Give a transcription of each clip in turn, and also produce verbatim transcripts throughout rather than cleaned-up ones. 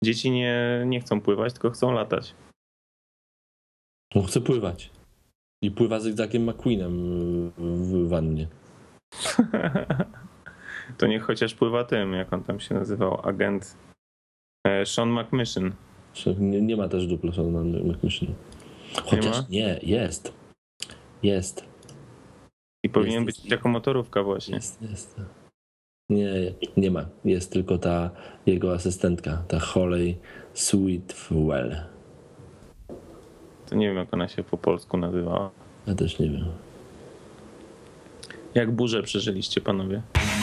Dzieci nie, nie chcą pływać, tylko chcą latać. On chce pływać. I pływa zygzakiem McQueenem w wannie. To niech chociaż pływa tym, jak on tam się nazywał, agent Sean McMission. Nie, nie ma też dupla Sean McMission. Chociaż nie, nie, jest. Jest. I powinien jest, być jest, jako motorówka właśnie. Jest, jest. Nie, nie ma. Jest tylko ta jego asystentka, ta Holly Sweetwell. To nie wiem, jak ona się po polsku nazywała. Ja też nie wiem. Jak burzę przeżyliście, panowie?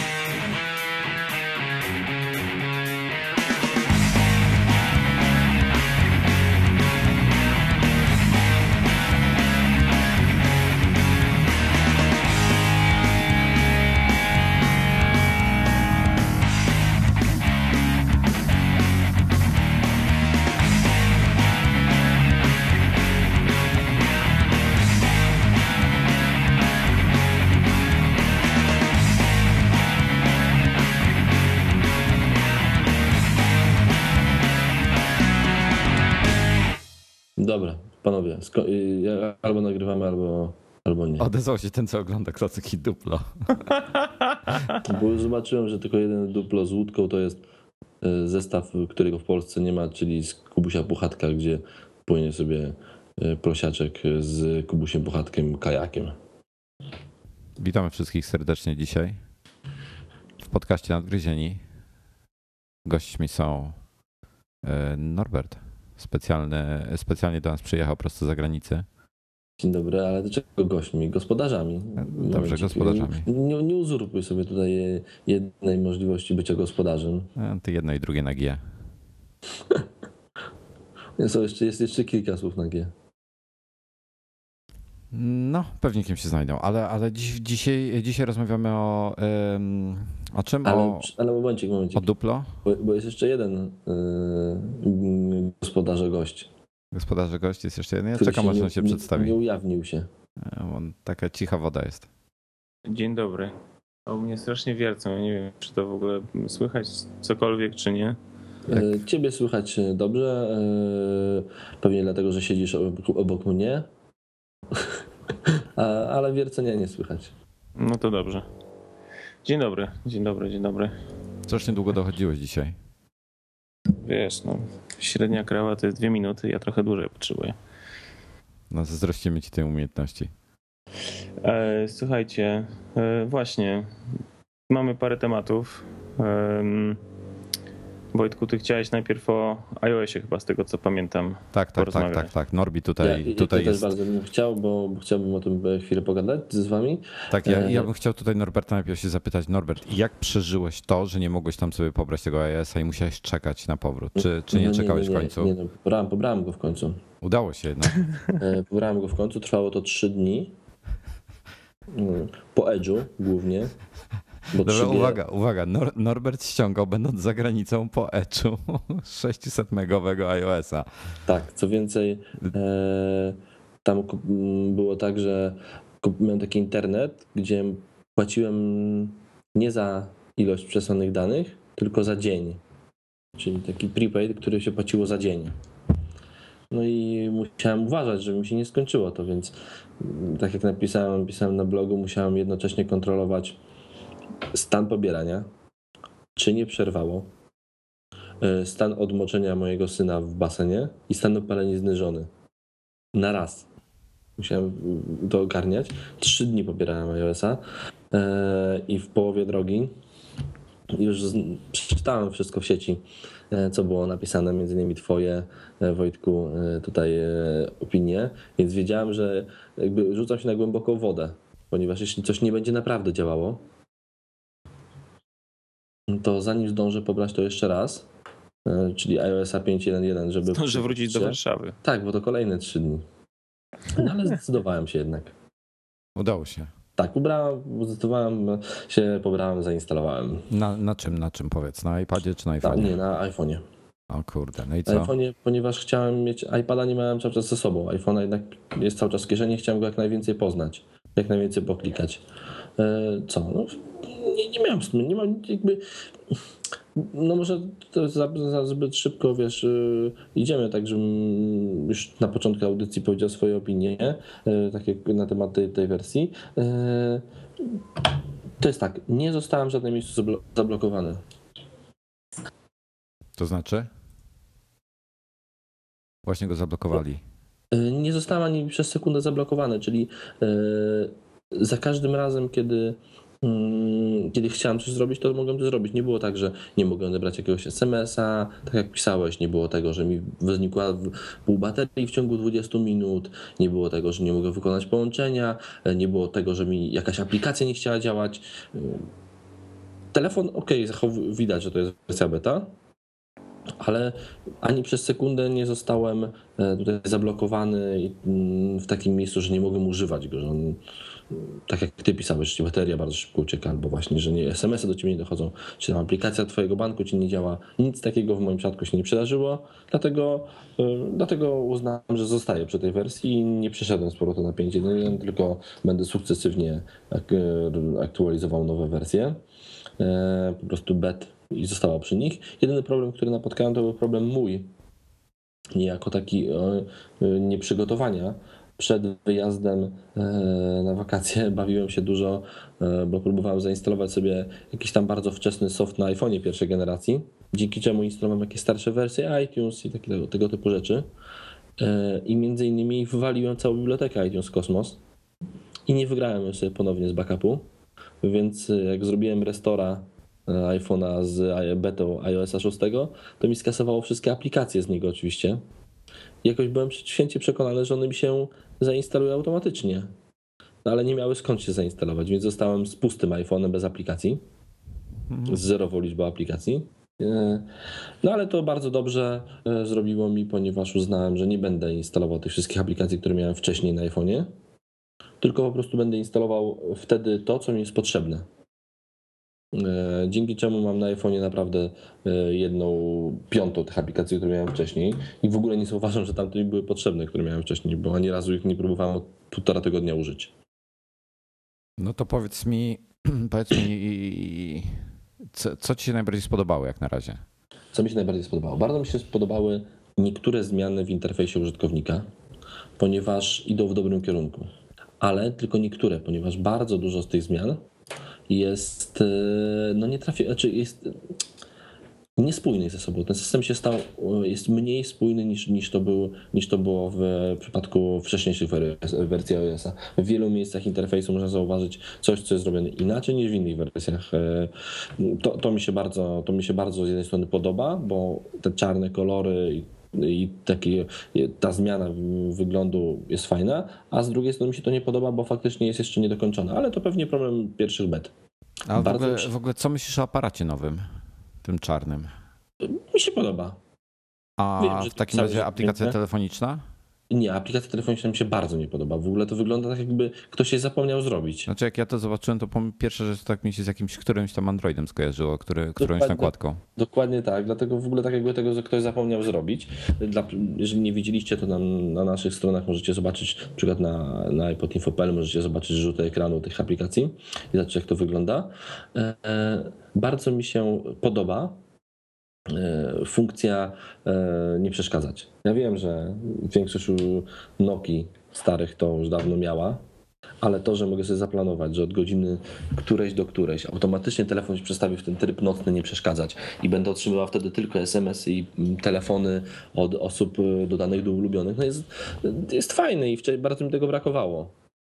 Dobra, panowie, albo nagrywamy, albo, albo nie. Odezwał się ten, co ogląda klasyki Duplo. Bo już zobaczyłem, że tylko jeden Duplo z łódką to jest zestaw, którego w Polsce nie ma, czyli z Kubusia Puchatka, gdzie płynie sobie prosiaczek z Kubusiem Puchatkiem kajakiem. Witamy wszystkich serdecznie dzisiaj w podcaście Nadgryzieni. Gośćmi są Norbert. Specjalny, specjalnie do nas przyjechał prosto z zagranicy. Dzień dobry, ale dlaczego gośćmi? Gospodarzami. Dobrze, Momencik. gospodarzami. Nie, nie uzurpuj sobie tutaj jednej możliwości bycia gospodarzem. Ty jedno i drugie na G. Jest jeszcze, jest jeszcze kilka słów na G. No, pewnie kim się znajdą, ale, ale dziś, dzisiaj, dzisiaj rozmawiamy o, um, o czym? Ale, o, ale momencik, momencik. O Duplo? Bo, bo jest jeszcze jeden yy, gospodarze gość. Gospodarze gość jest jeszcze jeden? Ja czekam, aż on się nie, przedstawi. Nie ujawnił się. On, taka cicha woda jest. Dzień dobry. O mnie strasznie wiercą. Ja nie wiem, czy to w ogóle słychać cokolwiek, czy nie. Jak... Ciebie słychać dobrze. Pewnie dlatego, że siedzisz obok, obok mnie. Ale wiercenia nie słychać. No to dobrze. Dzień dobry, dzień dobry, dzień dobry. Strasznie długo dochodziłeś dzisiaj. Wiesz, no, średnia krawa to jest dwie minuty, ja trochę dłużej potrzebuję. No zazdrościmy ci tej umiejętności. E, słuchajcie, e, właśnie, mamy parę tematów. E, Wojtku, ty chciałeś najpierw o iOSie chyba, z tego co pamiętam. Tak, tak, tak, tak, tak. Norbi tutaj, ja, tutaj ja jest. też bardzo bym chciał, bo chciałbym o tym chwilę pogadać z wami. Tak, ja, ja bym chciał tutaj Norberta najpierw się zapytać. Norbert, jak przeżyłeś to, że nie mogłeś tam sobie pobrać tego iOSa i musiałeś czekać na powrót? Czy, czy nie, no, czekałeś nie, nie, w końcu? Nie, no, pobrałem, pobrałem go w końcu. Udało się jednak. Pobrałem go w końcu, trwało to trzy dni. Po Edge'u głównie. Bo Dobra, uwaga, uwaga. Nor- Norbert ściągał, będąc za granicą po Edge'u sześćset megowego iOSa. Tak, co więcej, e, tam było tak, że miałem taki internet, gdzie płaciłem nie za ilość przesłanych danych, tylko za dzień. Czyli taki prepaid, który się płaciło za dzień. No i musiałem uważać, żeby mi się nie skończyło to, więc tak jak napisałem, napisałem na blogu, musiałem jednocześnie kontrolować stan pobierania, czy nie przerwało, stan odmoczenia mojego syna w basenie i stan opalenizny żony. Na raz. Musiałem to ogarniać. Trzy dni pobierałem iOSa i w połowie drogi już przeczytałem wszystko w sieci, co było napisane, między innymi twoje, Wojtku, tutaj opinie, więc wiedziałem, że jakby rzucam się na głęboką wodę, ponieważ jeśli coś nie będzie naprawdę działało, to zanim zdążę pobrać to jeszcze raz, czyli iOSa pięć jeden jeden, żeby... Zdążę wrócić do Warszawy. Tak, bo to kolejne trzy dni. No ale zdecydowałem się jednak. Udało się. Tak, ubrałem, zdecydowałem się, pobrałem, zainstalowałem. Na, na czym, na czym powiedz? Na iPadzie czy na iPhone'ie? Nie, na iPhone'ie. O kurde, no i co? Na iPhone'ie, ponieważ chciałem mieć, iPada nie miałem cały czas ze sobą, iPhone'a jednak jest cały czas w kieszeni, chciałem go jak najwięcej poznać, jak najwięcej poklikać. Co? No, nie, nie miałem, nie mam jakby... No może to za, za zbyt szybko, wiesz, yy, idziemy, tak żebym już na początku audycji powiedział swoje opinie, yy, tak jak na temat tej, tej wersji. Yy, to jest tak, nie zostałem w żadnym miejscu zablo- zablokowany. To znaczy? Właśnie go zablokowali. Yy, nie zostałem ani przez sekundę zablokowany, czyli yy, za każdym razem, kiedy Kiedy chciałem coś zrobić, to mogłem to zrobić. Nie było tak, że nie mogłem odebrać jakiegoś es em es a, tak jak pisałeś, nie było tego, że mi znikła pół baterii w ciągu dwudziestu minut, nie było tego, że nie mogę wykonać połączenia, nie było tego, że mi jakaś aplikacja nie chciała działać. Telefon, ok, widać, że to jest wersja beta, ale ani przez sekundę nie zostałem tutaj zablokowany w takim miejscu, że nie mogłem używać go, że on, tak jak ty pisałeś, że bateria bardzo szybko ucieka, albo właśnie, że nie, es em esy do ciebie nie dochodzą, czy tam aplikacja twojego banku ci nie działa. Nic takiego w moim przypadku się nie przydarzyło, dlatego, dlatego uznałem, że zostaję przy tej wersji i nie przeszedłem z powrotem na pięć jeden jeden, tylko będę sukcesywnie aktualizował nowe wersje. Po prostu bet i została przy nich. Jedyny problem, który napotkałem, to był problem mój, niejako taki nieprzygotowania. Przed wyjazdem na wakacje bawiłem się dużo, bo próbowałem zainstalować sobie jakiś tam bardzo wczesny soft na iPhone'ie pierwszej generacji, dzięki czemu instalowałem jakieś starsze wersje iTunes i takiego, tego typu rzeczy. I między innymi wywaliłem całą bibliotekę iTunes Cosmos i nie wygrałem sobie ponownie z backupu, więc jak zrobiłem restora iPhone'a z betą iOS sześć, to mi skasowało wszystkie aplikacje z niego oczywiście. Jakoś byłem święcie przekonany, że one mi się zainstalują automatycznie, no ale nie miały skąd się zainstalować, więc zostałem z pustym iPhone'em bez aplikacji, z zerową liczbą aplikacji. No ale to bardzo dobrze zrobiło mi, ponieważ uznałem, że nie będę instalował tych wszystkich aplikacji, które miałem wcześniej na iPhone'ie, tylko po prostu będę instalował wtedy to, co mi jest potrzebne. Dzięki czemu mam na iPhone'ie naprawdę jedną piątą tych aplikacji, które miałem wcześniej i w ogóle nie zauważam, że tamte mi były potrzebne, które miałem wcześniej, bo ani razu ich nie próbowałem od półtora tygodnia użyć. No to powiedz mi, powiedz mi, co, co ci się najbardziej spodobało jak na razie? Co mi się najbardziej spodobało? Bardzo mi się spodobały niektóre zmiany w interfejsie użytkownika, ponieważ idą w dobrym kierunku, ale tylko niektóre, ponieważ bardzo dużo z tych zmian jest, no nie trafi, znaczy jest niespójny ze sobą. Ten system się stał, jest mniej spójny niż, niż, to, był, niż to było w przypadku wcześniejszych wersji iOS-a. W wielu miejscach interfejsu można zauważyć coś, co jest zrobione inaczej niż w innych wersjach. To, to, mi się bardzo, to mi się bardzo z jednej strony podoba, bo te czarne kolory i taki, ta zmiana wyglądu jest fajna, a z drugiej strony mi się to nie podoba, bo faktycznie jest jeszcze niedokończona, ale to pewnie problem pierwszych bet. A w ogóle, w ogóle co myślisz o aparacie nowym, tym czarnym? Mi się podoba. A Wiem, w takim razie aplikacja telefoniczna? Nie, aplikacja telefoniczna mi się bardzo nie podoba. W ogóle to wygląda tak, jakby ktoś się zapomniał zrobić. Znaczy jak ja to zobaczyłem, to pierwsze, że to tak mi się z jakimś którymś tam Androidem skojarzyło, który, którąś nakładką. Dokładnie tak, dlatego w ogóle tak jakby tego, że ktoś zapomniał zrobić. Dla, jeżeli nie widzieliście, to na, na naszych stronach możecie zobaczyć, na przykład na, na iPod info kropka p l możecie zobaczyć rzuty ekranu tych aplikacji i zobaczyć, jak to wygląda. E, e, bardzo mi się podoba funkcja nie przeszkadzać. Ja wiem, że większość Nokii starych to już dawno miała, ale to, że mogę sobie zaplanować, że od godziny którejś do którejś automatycznie telefon się przestawi w ten tryb nocny nie przeszkadzać i będę otrzymywał wtedy tylko es em esy i telefony od osób dodanych do ulubionych, no jest, jest fajne i wcześniej bardzo mi tego brakowało.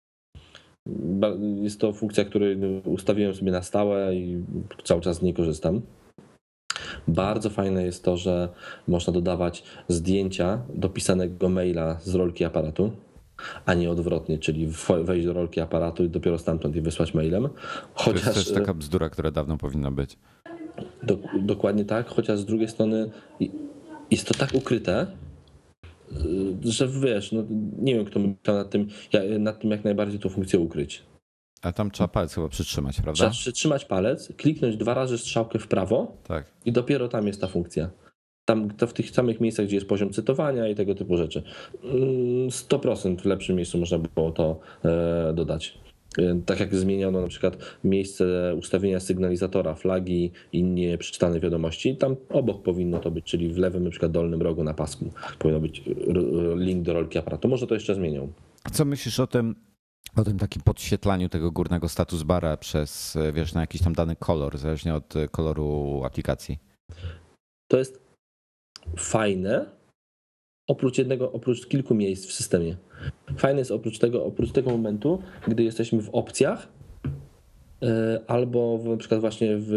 Jest to funkcja, której ustawiłem sobie na stałe i cały czas z niej korzystam. Bardzo fajne jest to, że można dodawać zdjęcia do pisanego maila z rolki aparatu, a nie odwrotnie, czyli wejść do rolki aparatu i dopiero stamtąd je wysłać mailem. Chociaż... To jest też taka bzdura, która dawno powinna być. Do, dokładnie tak, chociaż z drugiej strony jest to tak ukryte, że wiesz, no nie wiem, kto myślał nad tym, nad tym, jak najbardziej tę funkcję ukryć. A tam trzeba palec chyba przytrzymać, prawda? Trzeba przytrzymać palec, kliknąć dwa razy strzałkę w prawo tak. I dopiero tam jest ta funkcja. Tam to w tych samych miejscach, gdzie jest poziom cytowania i tego typu rzeczy. sto procent w lepszym miejscu można było to dodać. Tak jak zmieniono na przykład miejsce ustawienia sygnalizatora, flagi i nieprzeczytane wiadomości, tam obok powinno to być, czyli w lewym na przykład dolnym rogu na pasku powinno być link do rolki aparatu. Może to jeszcze zmienią. Co myślisz o tym, o tym takim podświetlaniu tego górnego status bara przez, wiesz, na jakiś tam dany kolor, zależnie od koloru aplikacji? To jest fajne, oprócz jednego, oprócz kilku miejsc w systemie. Fajne jest oprócz tego, oprócz tego momentu, gdy jesteśmy w opcjach, albo w, na przykład właśnie w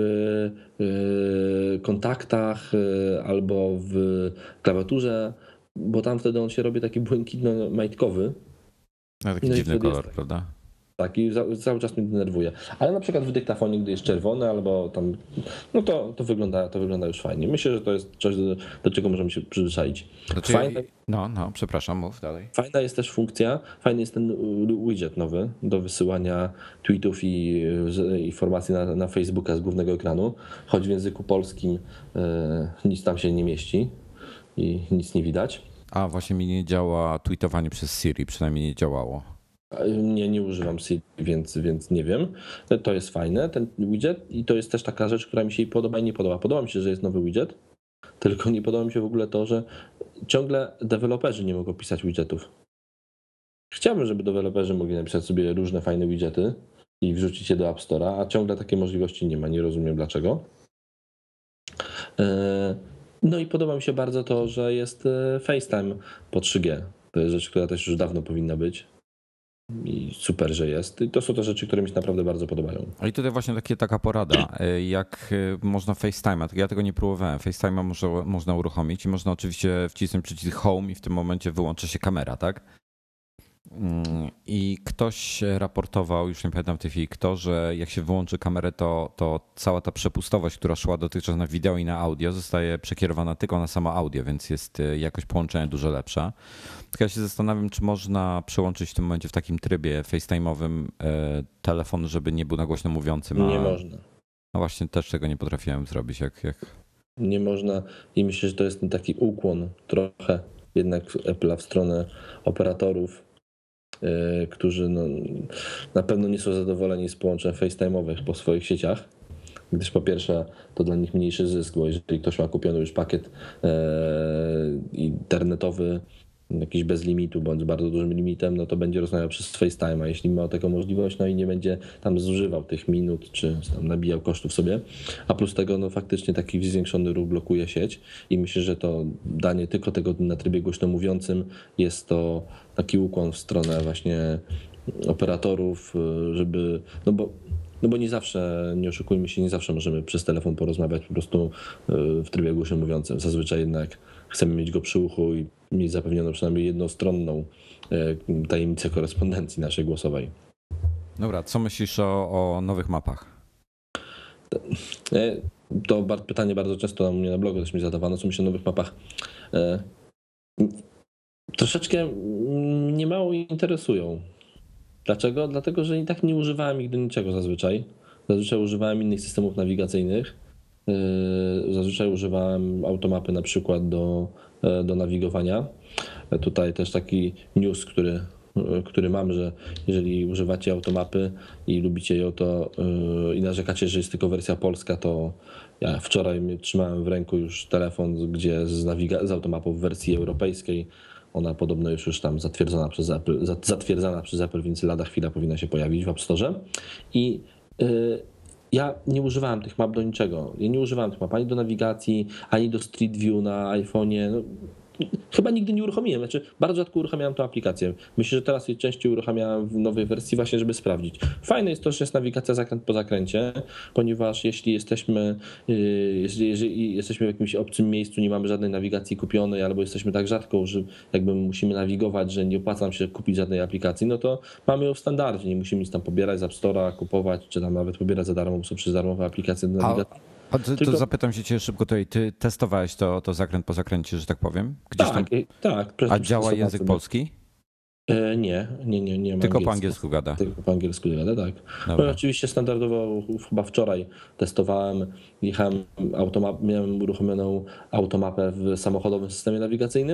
kontaktach, albo w klawiaturze, bo tam wtedy on się robi taki błękitno-majtkowy. No, taki no dziwny kolor, jest, prawda? Tak, i za, cały czas mnie denerwuje. Ale na przykład w dyktafonie, gdy jest czerwony, albo tam, no to, to, wygląda, to wygląda już fajnie. Myślę, że to jest coś, do, do czego możemy się przyzwyczaić. Znaczy, Fajna, no, no, przepraszam, mów dalej. fajna jest też funkcja, fajny jest ten widget nowy do wysyłania tweetów i informacji na, na Facebooka z głównego ekranu, choć w języku polskim e, nic tam się nie mieści i nic nie widać. A właśnie mi nie działa tweetowanie przez Siri, przynajmniej nie działało. Nie, nie używam Siri, więc, więc nie wiem. To jest fajne, ten widget, i to jest też taka rzecz, która mi się podoba i nie podoba. Podoba mi się, że jest nowy widget, tylko nie podoba mi się w ogóle to, że ciągle deweloperzy nie mogą pisać widgetów. Chciałbym, żeby deweloperzy mogli napisać sobie różne fajne widgety i wrzucić je do App Store'a, a ciągle takiej możliwości nie ma, nie rozumiem dlaczego. No i podoba mi się bardzo to, że jest FaceTime po trzy G. To jest rzecz, która też już dawno powinna być. I super, że jest. I to są te rzeczy, które mi się naprawdę bardzo podobają. I tutaj właśnie takie, taka porada, jak można FaceTime'a, ja tego nie próbowałem, FaceTime'a może, można uruchomić i można oczywiście wcisnąć przycisk Home i w tym momencie wyłącza się kamera, tak? I ktoś raportował, już nie pamiętam w tej chwili kto, że jak się wyłączy kamerę, to, to cała ta przepustowość, która szła dotychczas na wideo i na audio, zostaje przekierowana tylko na samo audio, więc jest jakość połączenia dużo lepsza. Tylko ja się zastanawiam, czy można przełączyć w tym momencie w takim trybie FaceTime'owym telefon, żeby nie był na głośno mówiącym. A... Nie można. No właśnie, też tego nie potrafiłem zrobić. Jak, jak... Nie można i myślę, że to jest ten taki ukłon trochę jednak Apple'a w stronę operatorów, którzy no, na pewno nie są zadowoleni z połączeń FaceTime'owych po swoich sieciach, gdyż po pierwsze to dla nich mniejszy zysk, bo jeżeli ktoś ma kupiony już pakiet internetowy, jakiś bez limitu bądź z bardzo dużym limitem, no to będzie rozmawiał przez FaceTime, a jeśli ma taką możliwość, no i nie będzie tam zużywał tych minut, czy tam nabijał kosztów sobie, a plus tego no faktycznie taki zwiększony ruch blokuje sieć i myślę, że to danie tylko tego na trybie głośno mówiącym jest to taki ukłon w stronę właśnie operatorów, żeby, no bo No bo nie zawsze, nie oszukujmy się, nie zawsze możemy przez telefon porozmawiać po prostu w trybie głośno mówiącym. Zazwyczaj jednak chcemy mieć go przy uchu i mieć zapewnioną przynajmniej jednostronną tajemnicę korespondencji naszej głosowej. Dobra, co myślisz o, o nowych mapach? To pytanie bardzo często u mnie na blogu też mi zadawano, co myślę o nowych mapach. Troszeczkę mnie mało interesują. Dlaczego? Dlatego, że i tak nie używałem ich do niczego zazwyczaj. Zazwyczaj używałem innych systemów nawigacyjnych. Zazwyczaj używałem automapy na przykład do, do nawigowania. Tutaj też taki news, który, który mam, że jeżeli używacie automapy i lubicie ją, to i narzekacie, że jest tylko wersja polska, to ja wczoraj trzymałem w ręku już telefon, gdzie z, nawiga- z automapą w wersji europejskiej. Ona podobno już już tam zatwierdzona przez Apple, zatwierdzana przez Apple, więc lada chwila powinna się pojawić w App Store. I yy, ja nie używałem tych map do niczego. Ja nie używałem tych map ani do nawigacji, ani do Street View na iPhone'ie. No, chyba nigdy nie uruchomiłem, znaczy bardzo rzadko uruchamiałem tę aplikację. Myślę, że teraz jej częściej uruchamiałem w nowej wersji właśnie, żeby sprawdzić. Fajne jest to, że jest nawigacja zakręt po zakręcie, ponieważ jeśli jesteśmy, jeżeli, jeżeli jesteśmy w jakimś obcym miejscu, nie mamy żadnej nawigacji kupionej, albo jesteśmy tak rzadko, że jakby musimy nawigować, że nie opłaca nam się kupić żadnej aplikacji, no to mamy ją w standardzie, nie musimy nic tam pobierać z App Store'a, kupować, czy tam nawet pobierać za darmo, bo są przez darmowe aplikacje do nawigacji. A to, Tylko... to zapytam się cię szybko tutaj, ty testowałeś to, to zakręt po zakręcie, że tak powiem? Gdzieś tak, tam... tak. A działa język polski? E, nie, nie, nie, nie. Tylko po angielsku gada. Tylko po angielsku gada, tak. No, oczywiście standardowo chyba wczoraj testowałem, jechałem automap, miałem uruchomioną automapę w samochodowym systemie nawigacyjnym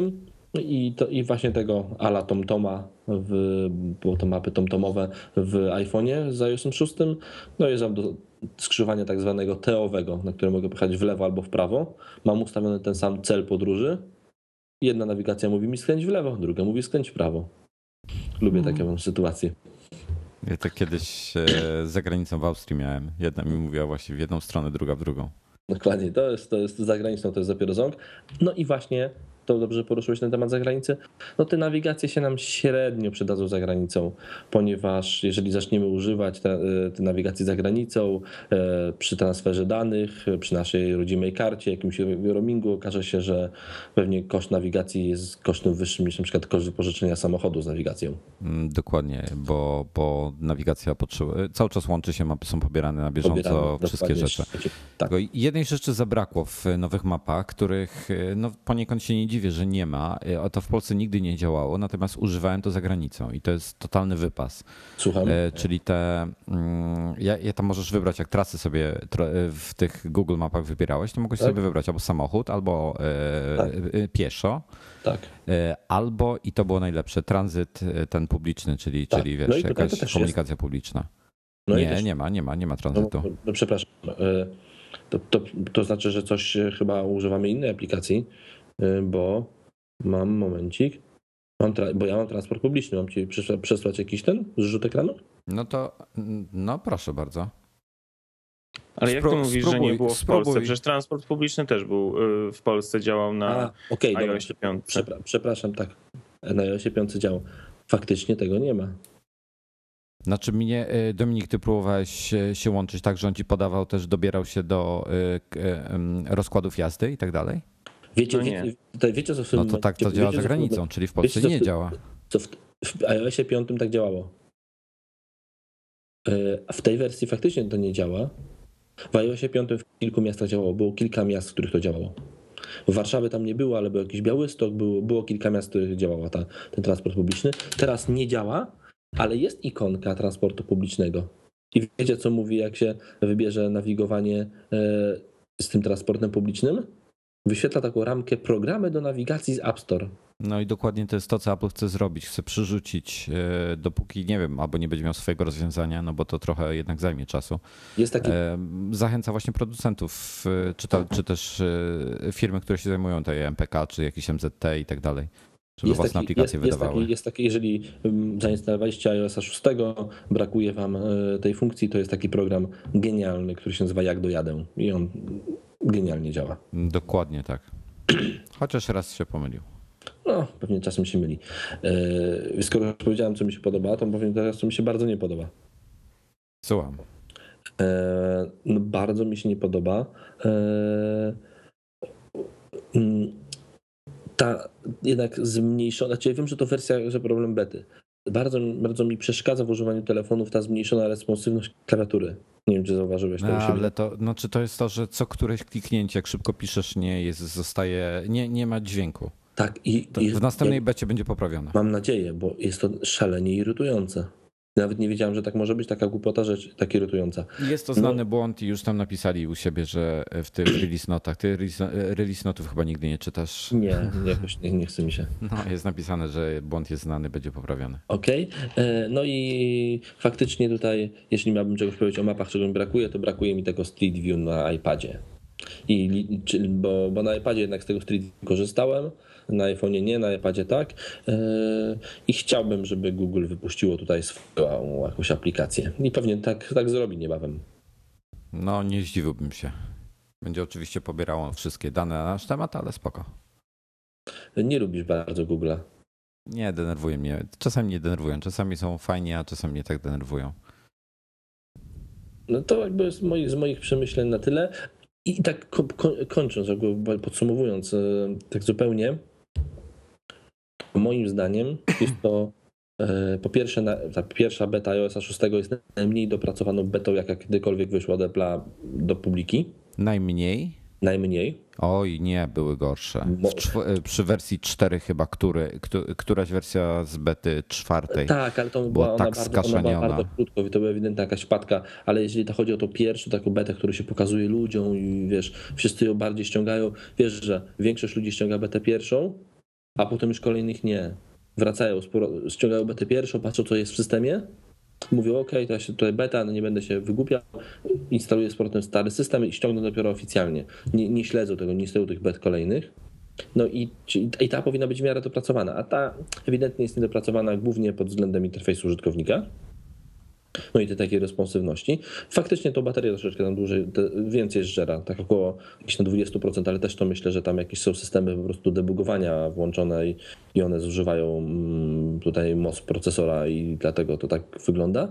No I, to, I właśnie tego ala TomToma, w, było to mapy TomTomowe w iPhone'ie z iOS sześć. No jest do skrzyżowania tak zwanego T-owego, na które mogę pojechać w lewo albo w prawo. Mam ustawiony ten sam cel podróży. Jedna nawigacja mówi mi skręć w lewo, druga mówi skręć w prawo. Lubię takie mam sytuacje. Ja to kiedyś za granicą w Austrii miałem. Jedna mi mówiła właśnie w jedną stronę, druga w drugą. Dokładnie, to jest, to jest za granicą, to jest dopiero ząg. No i właśnie, to dobrze poruszyłeś ten temat zagranicy, no te nawigacje się nam średnio przydadzą za granicą, ponieważ jeżeli zaczniemy używać te, te nawigacji za granicą przy transferze danych, przy naszej rodzimej karcie, jakimś roamingu, okaże się, że pewnie koszt nawigacji jest kosztem wyższym niż na przykład koszt wypożyczenia samochodu z nawigacją. Dokładnie, bo, bo nawigacja potrzebuje, cały czas łączy się, mapy są pobierane na bieżąco, pobierane, wszystkie rzeczy. Tak. Tylko jednej rzeczy zabrakło w nowych mapach, których no, poniekąd się nie dziwię, że nie ma, a to w Polsce nigdy nie działało, natomiast używałem to za granicą i to jest totalny wypas. Słucham. Czyli te, ja, ja tam możesz wybrać, jak trasy sobie w tych Google Mapach wybierałeś, to mogłeś tak. sobie wybrać albo samochód, albo tak. pieszo, tak. albo, i to było najlepsze, tranzyt ten publiczny, czyli, tak. czyli wiesz, no jakaś komunikacja jest. publiczna. No nie, nie ma, nie ma, nie ma tranzytu. No, no przepraszam. To, to, to znaczy, że coś chyba używamy innej aplikacji, bo mam momencik, mam tra- bo ja mam transport publiczny, mam ci przesłać jakiś ten zrzut ekranu? No to, no proszę bardzo. Ale jak ty mówisz, spróbuj, że nie było w spróbuj. Polsce? Przecież transport publiczny też był w Polsce, działał na okay, iOS pięć. Przepra- przepraszam, tak, na iOS pięć działał. Faktycznie tego nie ma. Znaczy mnie, Dominik, ty próbowałeś się łączyć tak, że on ci podawał też, dobierał się do rozkładów jazdy i tak dalej? Wiecie, no wiecie, wiecie co w tym No to tak to działa wiecie, za granicą, w, czyli w Polsce wiecie, nie w, działa. Co w, w iOSie pięć tak działało. W tej wersji faktycznie to nie działa. W iOSie pięć w kilku miastach działało, było kilka miast, w których to działało. W Warszawie tam nie było, ale był jakiś Białystok, było, było kilka miast, w których działał ta, ten transport publiczny. Teraz nie działa, ale jest ikonka transportu publicznego. I wiecie, co mówi, jak się wybierze nawigowanie z tym transportem publicznym? Wyświetla taką ramkę programy do nawigacji z App Store. No i dokładnie to jest to, co Apple chce zrobić. Chce przerzucić, dopóki, nie wiem, albo nie będzie miał swojego rozwiązania, no bo to trochę jednak zajmie czasu. Jest taki... Zachęca właśnie producentów, czy, to, czy też firmy, które się zajmują tej M P K, czy jakiś M Z T i tak dalej. Żeby jest własne taki, aplikacje jest, wydawały. Jest taki, jest taki, jeżeli zainstalowaliście iOS sześć, brakuje wam tej funkcji, to jest taki program genialny, który się nazywa Jak dojadę i on genialnie działa. Dokładnie tak. Chociaż raz się pomylił. No, pewnie czasem się myli. Skoro już powiedziałem, co mi się podoba, to powiem teraz, co mi się bardzo nie podoba. Słucham. No, bardzo mi się nie podoba ta jednak zmniejszona, znaczy ja wiem, że to wersja, że problem bety. Bardzo, bardzo mi przeszkadza w używaniu telefonów ta zmniejszona responsywność klawiatury. Nie wiem, czy zauważyłeś to. No, ale to, znaczy to jest to, że co któreś kliknięcie, jak szybko piszesz, nie jest, zostaje, nie, nie ma dźwięku. Tak. I, i w następnej ja, becie będzie poprawione. Mam nadzieję, bo jest to szalenie irytujące. Nawet nie wiedziałem, że tak może być, taka głupota rzecz, tak irytująca. Jest to znany no. błąd i już tam napisali u siebie, że w tych release notach, ty release, release notów chyba nigdy nie czytasz. Nie, jakoś nie, nie chce mi się. No, jest napisane, że błąd jest znany, będzie poprawiony. Okej, okay. No i faktycznie tutaj, jeśli miałbym czegoś powiedzieć o mapach, czego mi brakuje, to brakuje mi tego Street View na iPadzie. I, bo, bo na iPadzie jednak z tego Street View korzystałem, na iPhone'ie nie, na iPadzie tak. I chciałbym, żeby Google wypuściło tutaj swoją jakąś aplikację. I pewnie tak, tak zrobi niebawem. No nie zdziwiłbym się. Będzie oczywiście pobierało wszystkie dane na nasz temat, ale spoko. Nie lubisz bardzo Google'a? Nie, denerwuje mnie. Czasami nie denerwują, czasami są fajnie, a czasami mnie tak denerwują. No to jakby z moich, z moich przemyśleń na tyle. I tak kończąc, jakby podsumowując tak zupełnie, moim zdaniem jest to po pierwsze, ta pierwsza beta iOS sześć jest najmniej dopracowaną betą, jaka kiedykolwiek wyszła od Apple'a do publiki. Najmniej? Najmniej. Oj, nie, były gorsze. W, przy wersji cztery chyba, który, któraś wersja z bety czwartej. Tak, ale to była, była ona, tak bardzo, ona była bardzo krótko, to była ewidentna jakaś wpadka, ale jeżeli to chodzi o tą pierwszą taką betę, którą się pokazuje ludziom i wiesz, wszyscy ją bardziej ściągają, wiesz, że większość ludzi ściąga betę pierwszą, a potem już kolejnych nie. Wracają, sporo, ściągają betę pierwszą, patrzą co jest w systemie, mówią ok, to ja się tutaj beta, no nie będę się wygłupiał, instaluję z powrotem stary system i ściągną dopiero oficjalnie. Nie, nie śledzą tego, nie instalują tych bet kolejnych. No i, i ta powinna być w miarę dopracowana, a ta ewidentnie jest niedopracowana głównie pod względem interfejsu użytkownika. No i tej takiej responsywności. Faktycznie tą baterię troszeczkę tam dłużej, więcej zżera, tak około jakieś na dwadzieścia procent, ale też to myślę, że tam jakieś są systemy po prostu debugowania włączone i, i one zużywają tutaj moc procesora i dlatego to tak wygląda.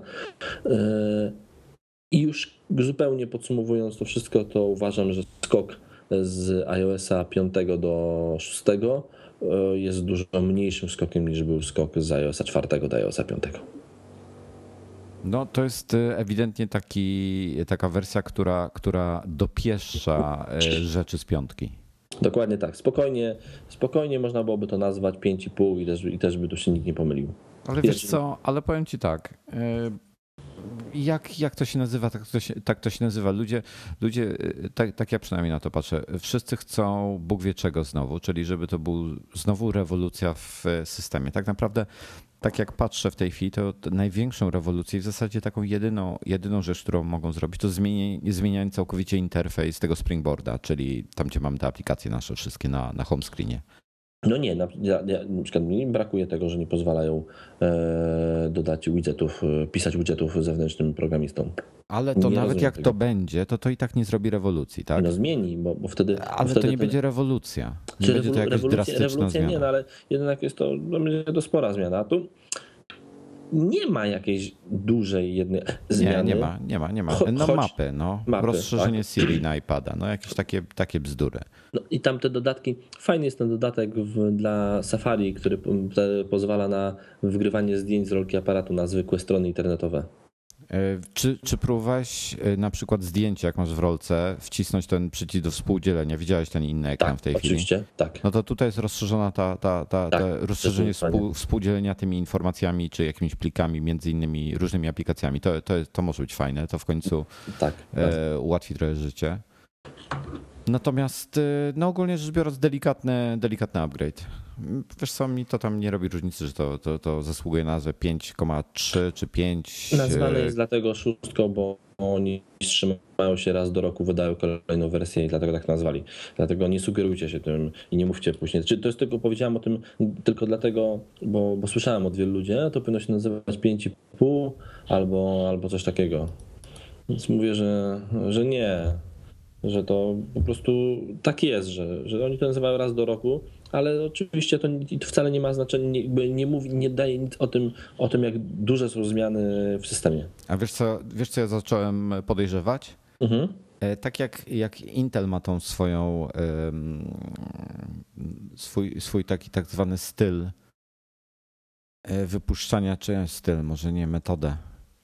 I już zupełnie podsumowując to wszystko, to uważam, że skok z iOS-a piątego do szóstego jest dużo mniejszym skokiem niż był skok z iOS-a czwartego do iOS-a piątego. No to jest ewidentnie taki, taka wersja, która, która dopieszcza rzeczy z piątki. Dokładnie tak. Spokojnie, spokojnie można byłoby to nazwać pięć i pół i też, i też by tu się nikt nie pomylił. Ale wiesz co, ale powiem ci tak, jak, jak to się nazywa, tak to się, tak to się nazywa. Ludzie, ludzie tak, tak ja przynajmniej na to patrzę, wszyscy chcą Bóg wie czego znowu, czyli żeby to był znowu rewolucja w systemie. Tak naprawdę tak jak patrzę w tej chwili, to największą rewolucję, w zasadzie taką jedyną, jedyną rzecz, którą mogą zrobić, to zmienianie, zmienianie całkowicie interfejs tego Springboarda, czyli tam, gdzie mamy te aplikacje nasze wszystkie na, na home screenie. No nie, na, ja, ja, na przykład mi brakuje tego, że nie pozwalają e, dodać widgetów, pisać widgetów zewnętrznym programistom. Ale to nie nawet jak tego. to będzie, to to i tak nie zrobi rewolucji, tak? No zmieni, bo, bo wtedy... Ale wtedy to nie ten... będzie rewolucja. Nie Czy będzie to jakaś rewolucja, drastyczna rewolucja zmiana. nie, no ale jednak jest to, no będzie to spora zmiana. Tu nie ma jakiejś dużej jednej zmiany. Nie, nie ma, nie ma, nie ma. Cho- No choć- mapy, no. mapy, Rozszerzenie tak. Siri na iPada, no jakieś takie, takie bzdury. No i tam te dodatki, fajny jest ten dodatek w, dla Safari, który p- pozwala na wgrywanie zdjęć z rolki aparatu na zwykłe strony internetowe. Czy, czy próbowałeś na przykład zdjęcie, jak masz w rolce, wcisnąć ten przycisk do współdzielenia? Widziałeś ten inny ekran Tak, w tej oczywiście, chwili? tak. No to tutaj jest rozszerzona ta, ta, ta, Tak, ta rozszerzenie zdecydowanie. współ, współdzielenia tymi informacjami czy jakimiś plikami między innymi różnymi aplikacjami. To, to, to może być fajne, to w końcu Tak. e, ułatwi trochę życie. Natomiast no ogólnie rzecz biorąc delikatny, delikatny upgrade. Wiesz co, mi to tam nie robi różnicy, że to, to, to zasługuje na nazwę pięć przecinek trzy czy pięć. Nazwane jest dlatego szóstką, bo oni trzymają się raz do roku, wydają kolejną wersję i dlatego tak nazwali. Dlatego nie sugerujcie się tym i nie mówcie później. Czy to jest tylko, powiedziałem o tym tylko dlatego, bo, bo słyszałem od wielu ludzi, a to powinno się nazywać pięć i pół albo, albo coś takiego. Więc mówię, że, że nie, że to po prostu tak jest, że, że oni to nazywają raz do roku, ale oczywiście to wcale nie ma znaczenia, nie, nie mówi, nie daje nic o tym, o tym, jak duże są zmiany w systemie. A wiesz co, wiesz co ja zacząłem podejrzewać? Mhm. Tak jak, jak Intel ma tą swoją, swój, swój taki tak zwany styl wypuszczania, czy styl, może nie metodę,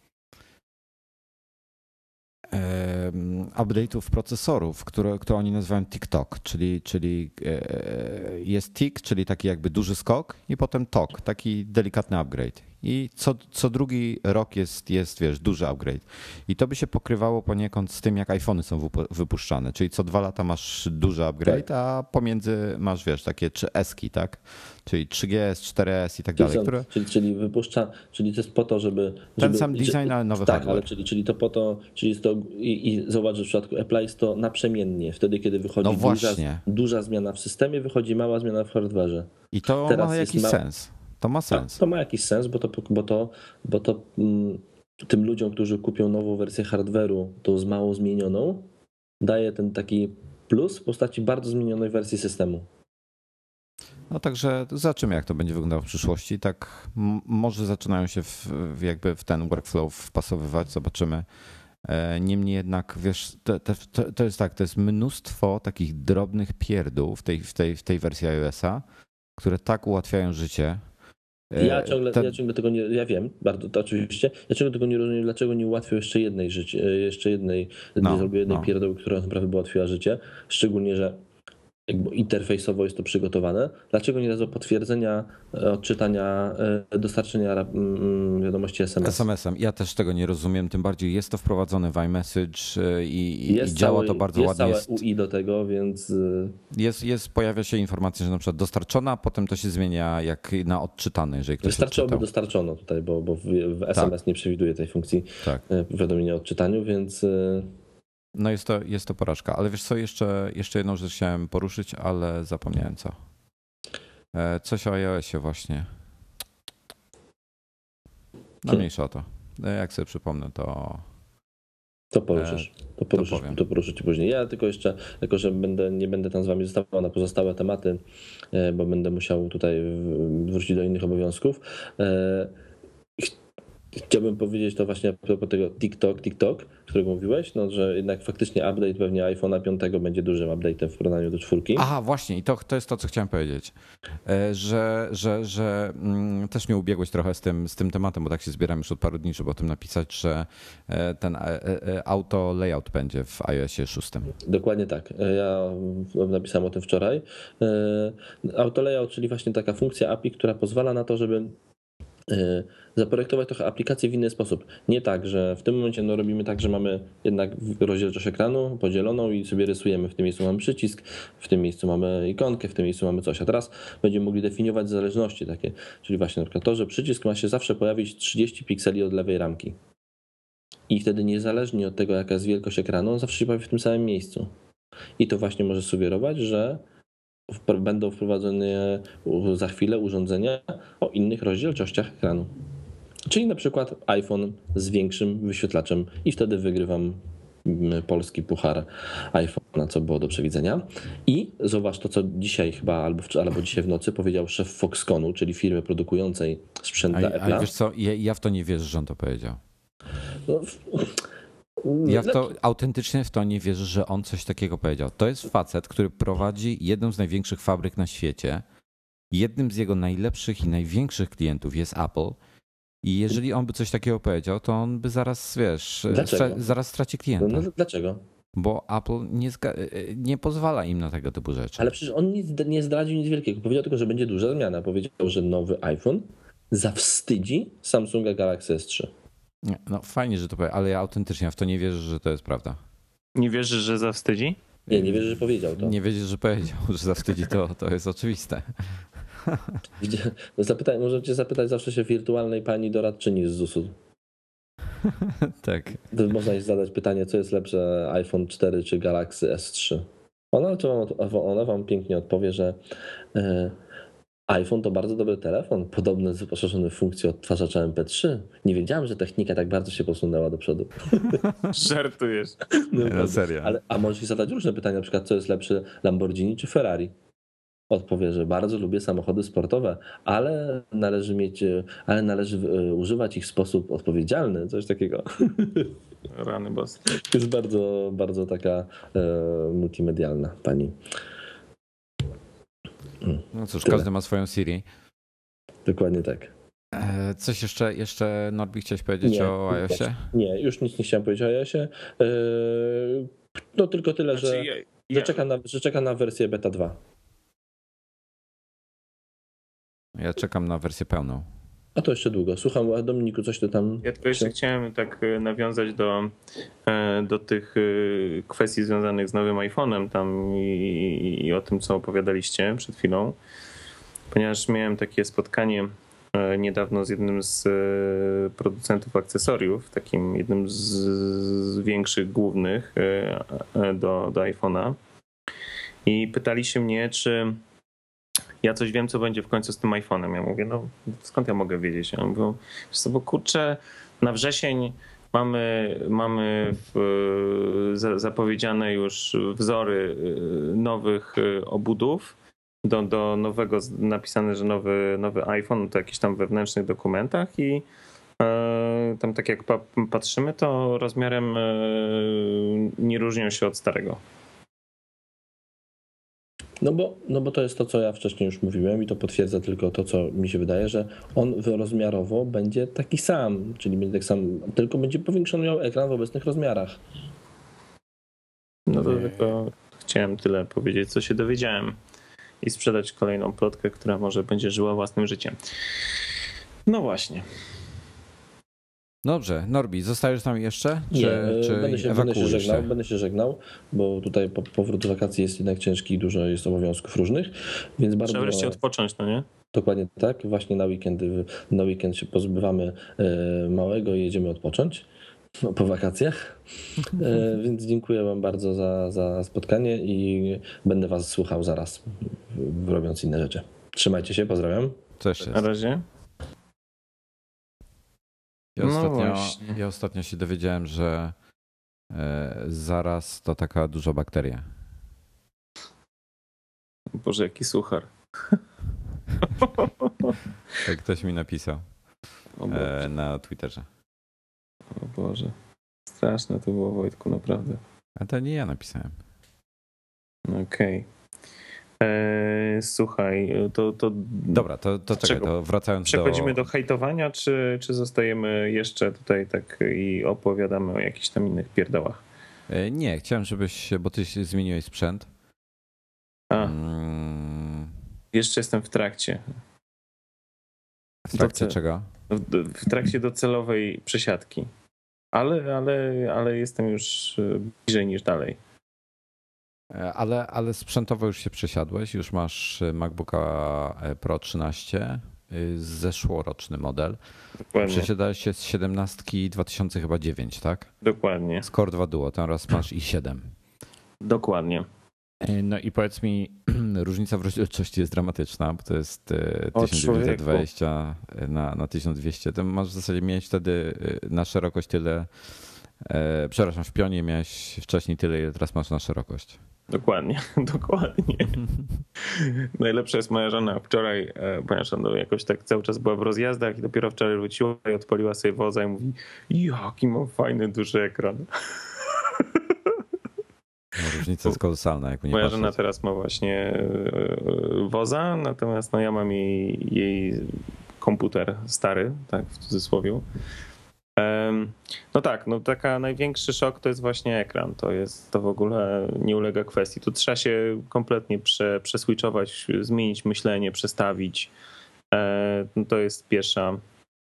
update'ów procesorów, które, które oni nazywają TikTok, czyli, czyli jest tick, czyli taki jakby duży skok i potem tok, taki delikatny upgrade. I co, co drugi rok jest, jest, wiesz, duży upgrade. I to by się pokrywało poniekąd z tym, jak iPhony są wypuszczane. Czyli co dwa lata masz duży upgrade, a pomiędzy masz, wiesz, takie trzy eski, tak? Czyli trzy G S, cztery S i tak dalej. Które... Czyli, czyli wypuszcza, czyli to jest po to, żeby... Ten żeby, sam design, ale nowy tak, hardware. ale czyli, czyli to po to, czyli jest to, i, i zauważ, że w przypadku Apple'a jest to naprzemiennie. Wtedy, kiedy wychodzi No duża, właśnie. duża zmiana w systemie, wychodzi mała zmiana w hardwareze. I to Teraz ma jest jakiś ma- sens. To ma sens. To ma jakiś sens, bo to, bo to, bo to mm, tym ludziom, którzy kupią nową wersję hardware'u, tą z mało zmienioną, daje ten taki plus w postaci bardzo zmienionej wersji systemu. No także zobaczymy, jak to będzie wyglądało w przyszłości. Tak m- może zaczynają się w, w jakby w ten workflow wpasowywać, zobaczymy. Niemniej jednak, wiesz, to, to, to jest tak, to jest mnóstwo takich drobnych pierdół w tej, w tej, w tej wersji iOS-a, które tak ułatwiają życie. Ja ciągle, Te... ja ciągle tego nie, ja wiem, bardzo to oczywiście, ja ciągle tego nie rozumiem, dlaczego nie ułatwią jeszcze jednej życie, jeszcze jednej, No, nie zrobił jednej no. pierdoły, która naprawdę by ułatwiła życie, szczególnie, że jakby interfejsowo jest to przygotowane. Dlaczego nie dadzą potwierdzenia odczytania, dostarczenia wiadomości es em es? es em esem. Ja też tego nie rozumiem, tym bardziej jest to wprowadzone w iMessage i, i, jest i działa cały, to bardzo jest ładnie. Całe jest U I do tego, więc... Jest, jest, pojawia się informacja, że na przykład dostarczona, a potem to się zmienia jak na odczytany, jeżeli ktoś Wystarczyłoby odczytał. dostarczono tutaj, bo, bo w, w es em es tak. nie przewiduje tej funkcji tak. powiadomienia o odczytaniu, więc... No jest to, jest to porażka, ale wiesz co, jeszcze, jeszcze jedną rzecz chciałem poruszyć, ale zapomniałem co. Coś o iOSie właśnie. No mniejsza o to. Jak sobie przypomnę, to... To poruszysz. To poruszysz, to, to poruszysz ci później. Ja tylko jeszcze, jako że będę, nie będę tam z wami zostawał na pozostałe tematy, bo będę musiał tutaj wrócić do innych obowiązków. Chciałbym powiedzieć to właśnie a propos tego TikTok, TikTok, którego mówiłeś, no, że jednak faktycznie update pewnie iPhone'a piątego będzie dużym update'em w porównaniu do czwórki. Aha, właśnie i to, to jest to, co chciałem powiedzieć, że, że, że mm, też mnie ubiegłeś trochę z tym, z tym tematem, bo tak się zbieram już od paru dni, żeby o tym napisać, że ten auto layout będzie w iOSie szóstym. Dokładnie tak. Ja napisałem o tym wczoraj. Auto layout, czyli właśnie taka funkcja A P I, która pozwala na to, żeby zaprojektować trochę aplikację w inny sposób. Nie tak, że w tym momencie no, robimy tak, że mamy jednak rozdzielczość ekranu podzieloną i sobie rysujemy. W tym miejscu mamy przycisk, w tym miejscu mamy ikonkę, w tym miejscu mamy coś. A teraz będziemy mogli definiować zależności takie. Czyli właśnie na przykład to, że przycisk ma się zawsze pojawić trzydzieści pikseli od lewej ramki. I wtedy niezależnie od tego, jaka jest wielkość ekranu, on zawsze się pojawi w tym samym miejscu. I to właśnie może sugerować, że będą wprowadzone za chwilę urządzenia o innych rozdzielczościach ekranu. Czyli na przykład iPhone z większym wyświetlaczem i wtedy wygrywam polski puchar iPhone'a, co było do przewidzenia. I zobacz to, co dzisiaj chyba albo, albo dzisiaj w nocy powiedział szef Foxconu, czyli firmy produkującej sprzęt dla Apple'a. Ale wiesz co, ja, ja w to nie wierzę, że on to powiedział. No, Ja w to autentycznie w to nie wierzę, że on coś takiego powiedział. To jest facet, który prowadzi jedną z największych fabryk na świecie. Jednym z jego najlepszych i największych klientów jest Apple. I jeżeli on by coś takiego powiedział, to on by zaraz, wiesz, stra- zaraz straci klienta. No, no, dlaczego? Bo Apple nie, zga- nie pozwala im na tego typu rzeczy. Ale przecież on nic, nie zdradził nic wielkiego. Powiedział tylko, że będzie duża zmiana. Powiedział, że nowy iPhone zawstydzi Samsunga Galaxy S trzy. No fajnie, że to powie, ale ja autentycznie w to nie wierzę, że to jest prawda. Nie wierzysz, że zawstydzi? Nie, nie wierzę, że powiedział to. Nie wierzysz, że powiedział, że zawstydzi, to, to jest oczywiste. Zapytaj, możecie zapytać zawsze się wirtualnej pani doradczyni z zusu. Tak. Można jej zadać pytanie, co jest lepsze, iPhone cztery czy Galaxy S trzy. Ona, ona wam pięknie odpowie, że iPhone to bardzo dobry telefon, podobny wyposażony w funkcję odtwarzacza em pe trzy. Nie wiedziałem, że technika tak bardzo się posunęła do przodu. Żartujesz. No, no serio. Ale, a możesz zadać różne pytania, na przykład co jest lepsze, Lamborghini czy Ferrari? Odpowie, że bardzo lubię samochody sportowe, ale należy mieć, ale należy używać ich w sposób odpowiedzialny, coś takiego. Rany boss. Jest bardzo, bardzo taka e, multimedialna pani. No cóż, Tyle. Każdy ma swoją Siri. Dokładnie tak. Coś jeszcze, jeszcze Norbi, chciałeś powiedzieć nie, o iOSie? Nie, już nic nie chciałem powiedzieć o iOSie. No tylko tyle, znaczy, że, ja, ja. Że, czeka na, że czeka na wersję beta dwa. Ja czekam na wersję pełną. A to jeszcze długo. Słucham, a Dominiku, coś ty tam... Ja tylko jeszcze chciałem tak nawiązać do, do tych kwestii związanych z nowym iPhone'em tam i, i o tym, co opowiadaliście przed chwilą, ponieważ miałem takie spotkanie niedawno z jednym z producentów akcesoriów, takim jednym z, z większych, głównych do, do iPhone'a i pytali się mnie, czy ja coś wiem, co będzie w końcu z tym iPhone'em. Ja mówię, no skąd ja mogę wiedzieć? Ja mówię, bo kurczę, na wrzesień mamy, mamy w, zapowiedziane już wzory nowych obudów, do, do nowego, napisane, że nowy, nowy iPhone, to jakichś tam wewnętrznych dokumentach i e, tam tak jak pa, patrzymy, to rozmiarem e, nie różnią się od starego. No bo, no bo to jest to, co ja wcześniej już mówiłem i to potwierdza tylko to, co mi się wydaje, że on rozmiarowo będzie taki sam, czyli będzie tak sam, tylko będzie powiększony miał ekran w obecnych rozmiarach. No to tylko Chciałem tyle powiedzieć, co się dowiedziałem i sprzedać kolejną plotkę, która może będzie żyła własnym życiem. No właśnie. Dobrze, Norbi, zostajesz tam jeszcze? Czy, Nie, czy będę, się, będę, się ewakuujesz żegnał, się? będę się żegnał, bo tutaj po, powrót z wakacji jest jednak ciężki i dużo jest obowiązków różnych, więc bardzo... Trzeba wreszcie odpocząć, no nie? Dokładnie tak, właśnie na weekend, na weekend się pozbywamy e, małego i jedziemy odpocząć no, po wakacjach, e, więc dziękuję wam bardzo za, za spotkanie i będę was słuchał zaraz, robiąc inne rzeczy. Trzymajcie się, pozdrawiam. Cześć. Na razie. Ja No ostatnio, właśnie. ja ostatnio się dowiedziałem, że e, zaraz to taka duża bakteria. Boże, jaki suchar. Tak ktoś mi napisał O Boże. e, na Twitterze. O Boże. Straszne to było, Wojtku, naprawdę. A to nie ja napisałem. Okej. Okay. Słuchaj, to, to... Dobra, to, to czekaj, Czego? to wracając Przechodzimy do... do hejtowania, czy, czy zostajemy jeszcze tutaj tak i opowiadamy o jakichś tam innych pierdołach? E, Nie, chciałem, żebyś, bo ty się zmieniłeś sprzęt. A, Mm, jeszcze jestem w trakcie. w trakcie Doce- czego? W, w trakcie docelowej przesiadki. Ale, ale, ale jestem już bliżej niż dalej. E, Ale, ale sprzętowo już się przesiadłeś, już masz MacBooka Pro trzynaście, y, zeszłoroczny model. Dokładnie. Przesiadałeś się z siedemnastki dwa tysiące dziewięć, tak? Dokładnie. Z Core dwa Duo, teraz masz i siedem. Dokładnie. No i powiedz mi, różnica w rozdzielczości jest dramatyczna, bo to jest e, O, tysiąc dziewięćset dwadzieścia na, na tysiąc dwieście. To masz w zasadzie mieć wtedy e, na szerokość tyle, e, przepraszam, w pionie miałeś wcześniej tyle, ile teraz masz na szerokość. Dokładnie, dokładnie. Najlepsza jest moja żona. Wczoraj, e, ponieważ ona jakoś tak cały czas była w rozjazdach i dopiero wczoraj wróciła i odpaliła sobie woza i mówi: jaki mam fajny, duży ekran. No, różnica jest kolosalna, jak nie Moja patrzeć. żona teraz ma właśnie e, woza, natomiast no ja mam jej, jej komputer stary, tak w cudzysłowie. Em, No tak, no taka największy szok to jest właśnie ekran. To jest, to w ogóle nie ulega kwestii. Tu trzeba się kompletnie prze, przeswitchować, zmienić myślenie, przestawić. E, no to jest pierwsza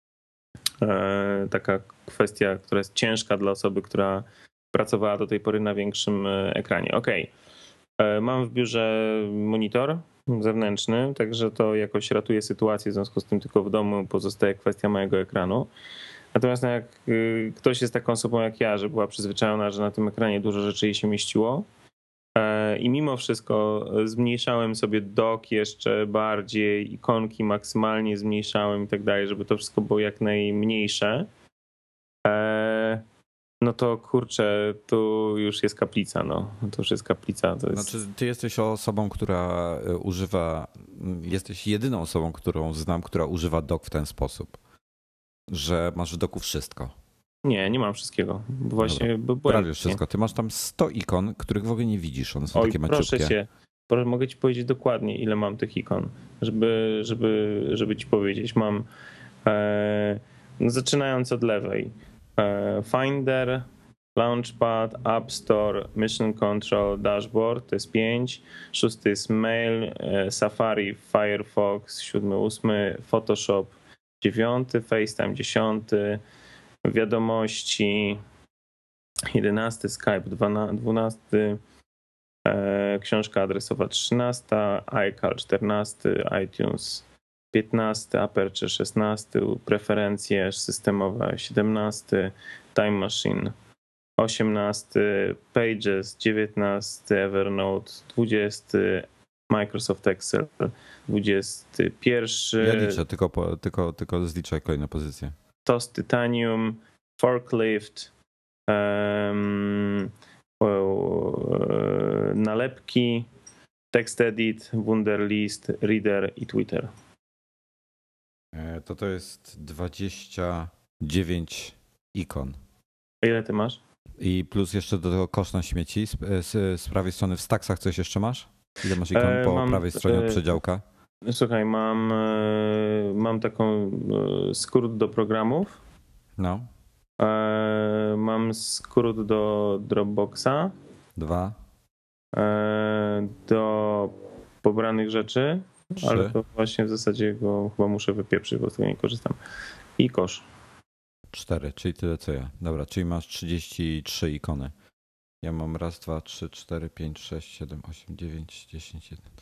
e, taka kwestia, która jest ciężka dla osoby, która pracowała do tej pory na większym e, ekranie. Okej, E, mam w biurze monitor zewnętrzny, także to jakoś ratuje sytuację, w związku z tym tylko w domu pozostaje kwestia mojego ekranu. Natomiast no jak y, ktoś jest taką osobą jak ja, że była przyzwyczajona, że na tym ekranie dużo rzeczy jej się mieściło e, i mimo wszystko zmniejszałem sobie dock jeszcze bardziej, ikonki maksymalnie zmniejszałem i tak dalej, żeby to wszystko było jak najmniejsze, e, no to kurczę, tu już jest kaplica, no. To już jest kaplica. To jest... Znaczy, ty jesteś osobą, która używa, jesteś jedyną osobą, którą znam, która używa dock w ten sposób, że masz w docku wszystko. Nie, nie mam wszystkiego. Właśnie bo Prawie wszystko. Ty masz tam sto ikon, których w ogóle nie widzisz. One są Oj, takie proszę maciupkie. cię. Proszę, mogę ci powiedzieć dokładnie, ile mam tych ikon, żeby, żeby, żeby ci powiedzieć. Mam e, no zaczynając od lewej. E, Finder, Launchpad, App Store, Mission Control, Dashboard, to jest pięć. Szósty jest Mail, e, Safari, Firefox, siódmy, ósmy, Photoshop, dziewiąty, FaceTime, dziesiąty, Wiadomości, jedenasty, Skype, dwunasty, e, książka adresowa trzynasta, iCal czternasty, iTunes piętnasty, Aperture szesnasty, preferencje systemowe siedemnasty, Time Machine osiemnasty, Pages dziewiętnasty, Evernote dwudziesty, Microsoft Excel dwudziesty pierwszy. Ja liczę, tylko, po, tylko, tylko zliczę kolejne pozycje. Toast Titanium, Forklift, um, nalepki, TextEdit, Wunderlist, Reader i Twitter. To to jest dwadzieścia dziewięć ikon. A ile ty masz? I plus jeszcze do tego kosz na śmieci. Z, z, z prawej strony w Stacksach coś jeszcze masz? Ile masz ikon E, po mam, prawej stronie od e, przedziałka? Słuchaj, mam, e, mam taką e, skrót do programów. No. E, mam skrót do Dropboxa. Dwa. do pobranych rzeczy, Trzy. ale to właśnie w zasadzie go chyba muszę wypieprzyć, bo z tego nie korzystam. I kosz. Cztery, czyli tyle co ja. Dobra, czyli masz trzydzieści trzy ikony. Ja mam raz, dwa, trzy, cztery, pięć, sześć, siedem, osiem, dziewięć, dziesięć, jeden.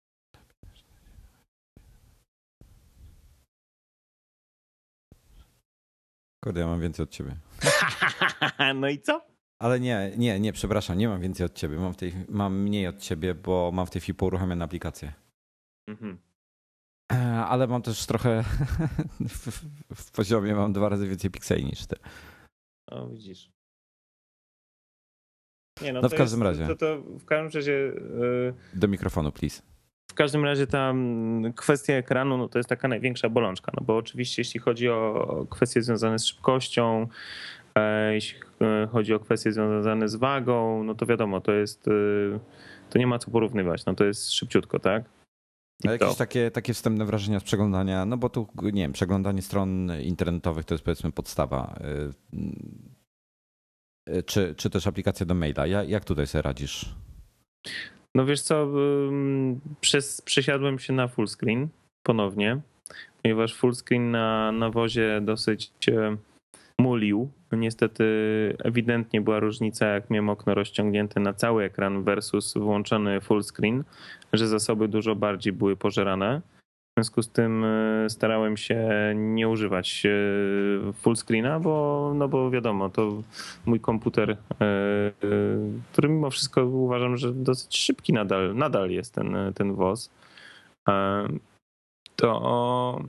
Kurde, ja mam więcej od ciebie. No i co? Ale nie, nie, nie, przepraszam, nie mam więcej od ciebie. Mam, w tej, mam mniej od ciebie, bo mam w tej chwili pouruchamiane aplikacje. Mhm. Ale mam też trochę w, w poziomie mam dwa razy więcej pikseli niż ty. O, widzisz. Nie, no, no to w każdym jest, razie. To, to w każdym razie. Yy... Do mikrofonu, please. W każdym razie ta kwestia ekranu no to jest taka największa bolączka, no bo oczywiście jeśli chodzi o kwestie związane z szybkością, jeśli chodzi o kwestie związane z wagą, no to wiadomo, to jest, to nie ma co porównywać, no to jest szybciutko, tak? A jakieś takie, takie wstępne wrażenia z przeglądania, no bo tu, nie wiem, przeglądanie stron internetowych to jest powiedzmy podstawa. Czy, czy też aplikacja do maila. Jak tutaj sobie radzisz? No wiesz co, przez, przesiadłem się na full screen ponownie, ponieważ full screen na, na wozie dosyć mulił. Niestety ewidentnie była różnica, jak miałem okno rozciągnięte na cały ekran versus włączony full screen, że zasoby dużo bardziej były pożerane. W związku z tym starałem się nie używać full screena, bo, no bo wiadomo, to mój komputer, który mimo wszystko uważam, że dosyć szybki nadal, nadal jest ten, ten woz, to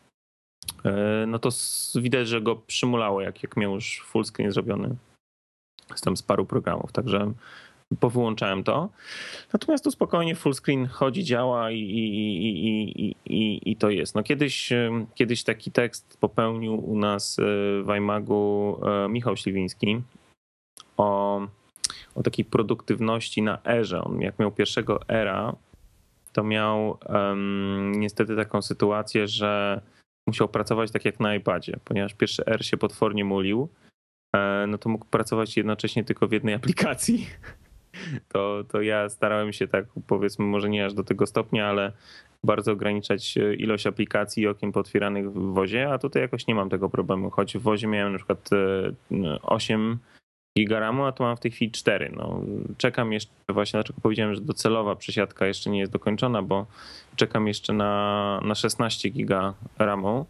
no to widać, że go przymulało, jak, jak miał już full screen zrobiony z tam z paru programów, także powyłączałem to. Natomiast tu spokojnie full screen chodzi, działa i, i, i, i, i, i to jest. No kiedyś, kiedyś taki tekst popełnił u nas w iMagu Michał Śliwiński o, o takiej produktywności na erze. On jak miał pierwszego era, to miał um, niestety taką sytuację, że musiał pracować tak jak na iPadzie, ponieważ pierwszy R się potwornie mulił, no to mógł pracować jednocześnie tylko w jednej aplikacji. To, to ja starałem się tak, powiedzmy, może nie aż do tego stopnia, ale bardzo ograniczać ilość aplikacji i okien potwieranych w wozie, a tutaj jakoś nie mam tego problemu, choć w wozie miałem na przykład osiem giga ramu, a tu mam w tej chwili cztery. No, czekam jeszcze, właśnie dlaczego powiedziałem, że docelowa przesiadka jeszcze nie jest dokończona, bo czekam jeszcze na, na szesnaście giga ramu.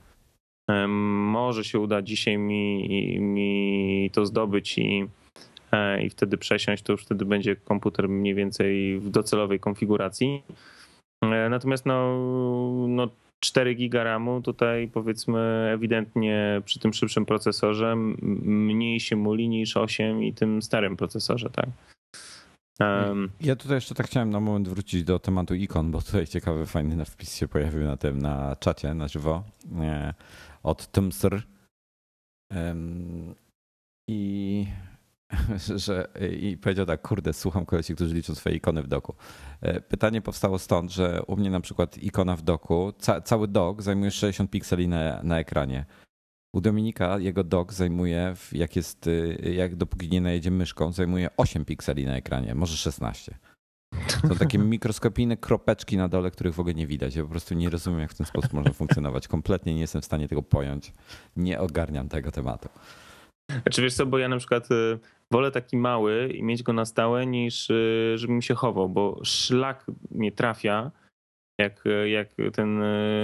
Może się uda dzisiaj mi, mi to zdobyć i, i wtedy przesiąść, to już wtedy będzie komputer mniej więcej w docelowej konfiguracji. Natomiast no, no cztery giga ramu tutaj powiedzmy ewidentnie przy tym szybszym procesorze mniej się muli niż osiem i tym starym procesorze, tak? Um. Ja tutaj jeszcze tak chciałem na moment wrócić do tematu ikon, bo tutaj ciekawy, fajny wpis się pojawił na tym, na czacie, na żywo od Tymsr. Um, I że i powiedział tak, kurde, słucham kolesi, którzy liczą swoje ikony w doku. Pytanie powstało stąd, że u mnie na przykład ikona w doku, ca, cały dok zajmuje sześćdziesiąt pikseli na, na ekranie. U Dominika jego dok zajmuje, jak jest, jak dopóki nie najedzie myszką, zajmuje osiem pikseli na ekranie, może szesnaście. Są takie mikroskopijne kropeczki na dole, których w ogóle nie widać. Ja po prostu nie rozumiem, jak w ten sposób można funkcjonować. Kompletnie nie jestem w stanie tego pojąć. Nie ogarniam tego tematu. Znaczy wiesz co, bo ja na przykład wolę taki mały i mieć go na stałe, niż żeby mi się chował, bo szlak mnie trafia, jak, jak ten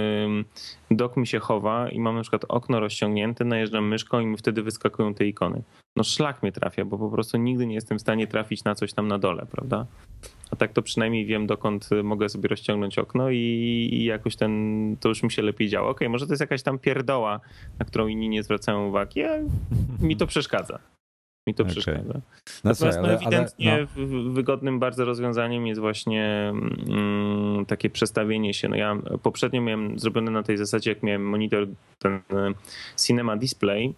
dok mi się chowa i mam na przykład okno rozciągnięte, najeżdżam myszką i mi wtedy wyskakują te ikony. No szlak mnie trafia, bo po prostu nigdy nie jestem w stanie trafić na coś tam na dole, prawda? A tak to przynajmniej wiem, dokąd mogę sobie rozciągnąć okno i, i jakoś ten, to już mi się lepiej działo. Okej, okay, może to jest jakaś tam pierdoła, na którą inni nie zwracają uwagi, a mi to przeszkadza. Mi to okay. przeszkadza. No Natomiast ale, no, ewidentnie ale, no. wygodnym bardzo rozwiązaniem jest właśnie mm, takie przestawienie się. No ja poprzednio miałem zrobione na tej zasadzie, jak miałem monitor ten Cinema Display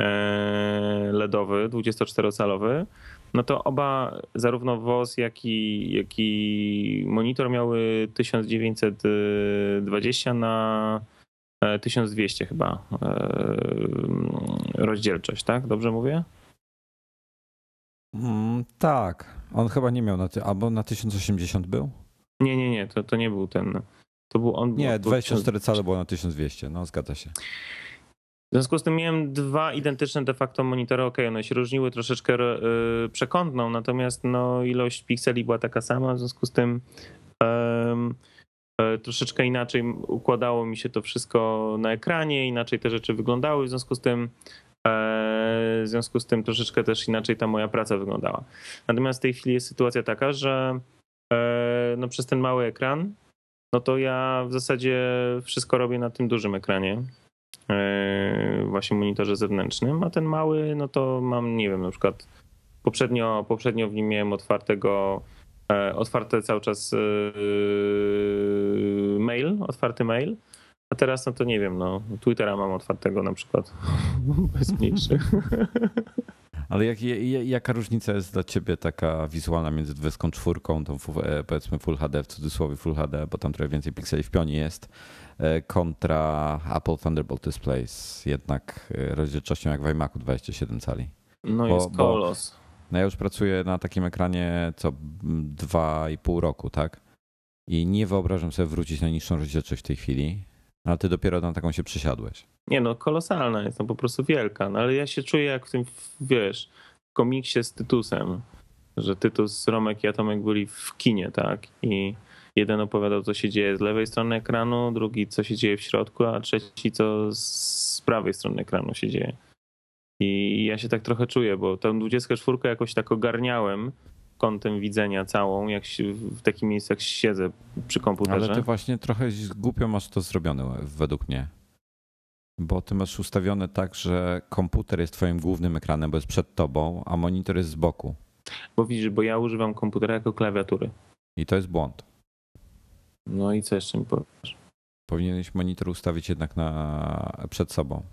LEDowy, dwudziestoczterocalowy, no to oba, zarówno woz, jak i, jak i monitor miały tysiąc dziewięćset dwadzieścia na tysiąc dwieście chyba rozdzielczość, tak? Dobrze mówię? Mm, tak, on chyba nie miał na ty, albo na tysiąc osiemdziesiąt był? Nie, nie, nie, to, to nie był ten. To był on. Nie, był, dwadzieścia cztery cale było na tysiąc dwieście, no zgadza się. W związku z tym miałem dwa identyczne de facto monitory. Ok, one się różniły troszeczkę yy, przekątną, natomiast no, ilość pikseli była taka sama, w związku z tym um, yy, troszeczkę inaczej układało mi się to wszystko na ekranie, inaczej te rzeczy wyglądały, w związku z tym yy, w związku z tym troszeczkę też inaczej ta moja praca wyglądała. Natomiast w tej chwili jest sytuacja taka, że yy, no, przez ten mały ekran, no to ja w zasadzie wszystko robię na tym dużym ekranie. Właśnie monitorze zewnętrznym, a ten mały, no to mam, nie wiem, na przykład poprzednio, poprzednio w nim miałem otwartego, otwarte cały czas mail, otwarty mail, a teraz no to nie wiem, no Twittera mam otwartego na przykład, bez mniejszy. Ale jak, jaka różnica jest dla ciebie taka wizualna między dwudziestką czwórką, tą powiedzmy Full H D, w cudzysłowie Full H D, bo tam trochę więcej pikseli w pionie jest, kontra Apple Thunderbolt Displays, jednak rozdzielczością jak w iMacu dwadzieścia siedem cali? No bo, jest kolos. No ja już pracuję na takim ekranie co dwa i pół roku, tak? I nie wyobrażam sobie wrócić na niższą rozdzielczość w tej chwili, ale ty dopiero na taką się przysiadłeś. Nie no, kolosalna jest, no po prostu wielka, no ale ja się czuję jak w tym, wiesz, w komiksie z Tytusem, że Tytus, Romek i Atomek byli w kinie, tak? I jeden opowiadał, co się dzieje z lewej strony ekranu, drugi, co się dzieje w środku, a trzeci, co z prawej strony ekranu się dzieje. I ja się tak trochę czuję, bo tę dwudziestkę czwórkę jakoś tak ogarniałem kątem widzenia całą, jak się, w takim miejscu, jak siedzę przy komputerze. Ale ty właśnie trochę głupio masz to zrobione według mnie. Bo ty masz ustawione tak, że komputer jest twoim głównym ekranem, bo jest przed tobą, a monitor jest z boku. Bo widzisz, bo ja używam komputera jako klawiatury. I to jest błąd. No i co jeszcze mi powiesz? Powinieneś monitor ustawić jednak na, przed sobą.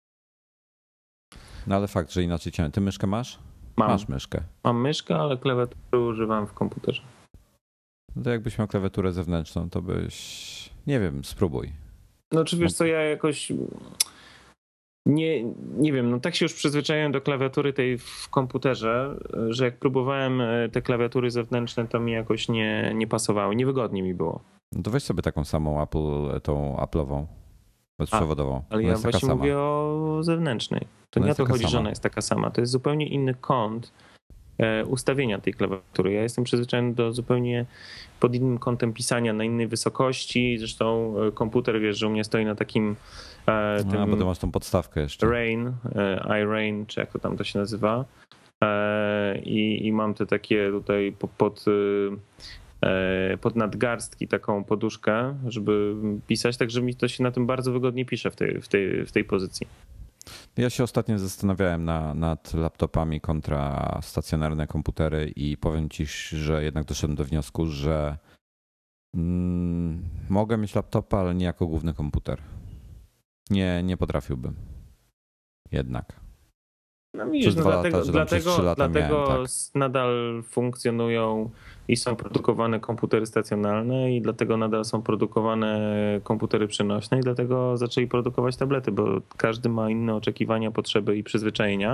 No ale fakt, że inaczej cię... Ty myszkę masz? Mam. Masz myszkę. Mam myszkę, ale klawiatury używam w komputerze. No to jakbyś miał klawiaturę zewnętrzną, to byś... Nie wiem, spróbuj. No czy wiesz co, ja jakoś... Nie, nie wiem, no tak się już przyzwyczaiłem do klawiatury tej w komputerze, że jak próbowałem te klawiatury zewnętrzne, to mi jakoś nie, nie pasowały. Niewygodnie mi było. No to weź sobie taką samą Apple, tą Apple'ową, bezprzewodową. Ale ja właśnie sama. mówię o zewnętrznej. To Ona nie o to chodzi, sama. że ona jest taka sama. To jest zupełnie inny kąt ustawienia tej klawiatury. Ja jestem przyzwyczajony do zupełnie pod innym kątem pisania, na innej wysokości. Zresztą komputer, wiesz, że u mnie stoi na takim tym A, bo ty masz tą podstawkę jeszcze. Rain, iRain, czy jak to tam to się nazywa. I, i mam te takie tutaj pod, pod, pod nadgarstki taką poduszkę, żeby pisać, także mi to się na tym bardzo wygodnie pisze w tej, w tej, w tej pozycji. Ja się ostatnio zastanawiałem na, nad laptopami kontra stacjonarne komputery i powiem ci, że jednak doszedłem do wniosku, że mm, mogę mieć laptopa, ale nie jako główny komputer. Nie, nie potrafiłbym. Jednak. No widzisz, no dlatego, lata, dlatego, dlatego miałem, tak. nadal funkcjonują i są produkowane komputery stacjonarne i dlatego nadal są produkowane komputery przenośne i dlatego zaczęli produkować tablety, bo każdy ma inne oczekiwania, potrzeby i przyzwyczajenia.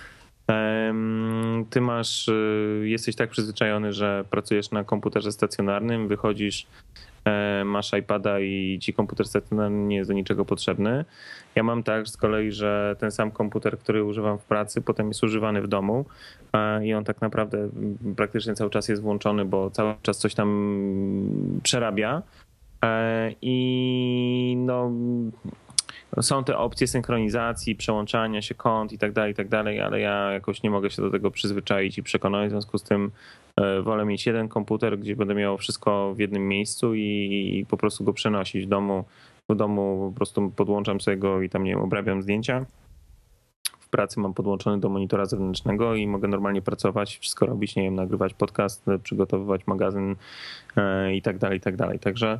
Ty masz, jesteś tak przyzwyczajony, że pracujesz na komputerze stacjonarnym, wychodzisz, masz iPada i ci komputer stacjonarny nie jest do niczego potrzebny. Ja mam tak z kolei, że ten sam komputer, który używam w pracy, potem jest używany w domu i on tak naprawdę praktycznie cały czas jest włączony, bo cały czas coś tam przerabia i no są te opcje synchronizacji, przełączania się kont i tak dalej, i tak dalej, ale ja jakoś nie mogę się do tego przyzwyczaić i przekonać, w związku z tym wolę mieć jeden komputer, gdzie będę miał wszystko w jednym miejscu i, i po prostu go przenosić w domu. W domu po prostu podłączam sobie go i tam, nie wiem, obrabiam zdjęcia. W pracy mam podłączony do monitora zewnętrznego i mogę normalnie pracować, wszystko robić, nie wiem, nagrywać podcast, przygotowywać magazyn i tak dalej, i tak dalej. Także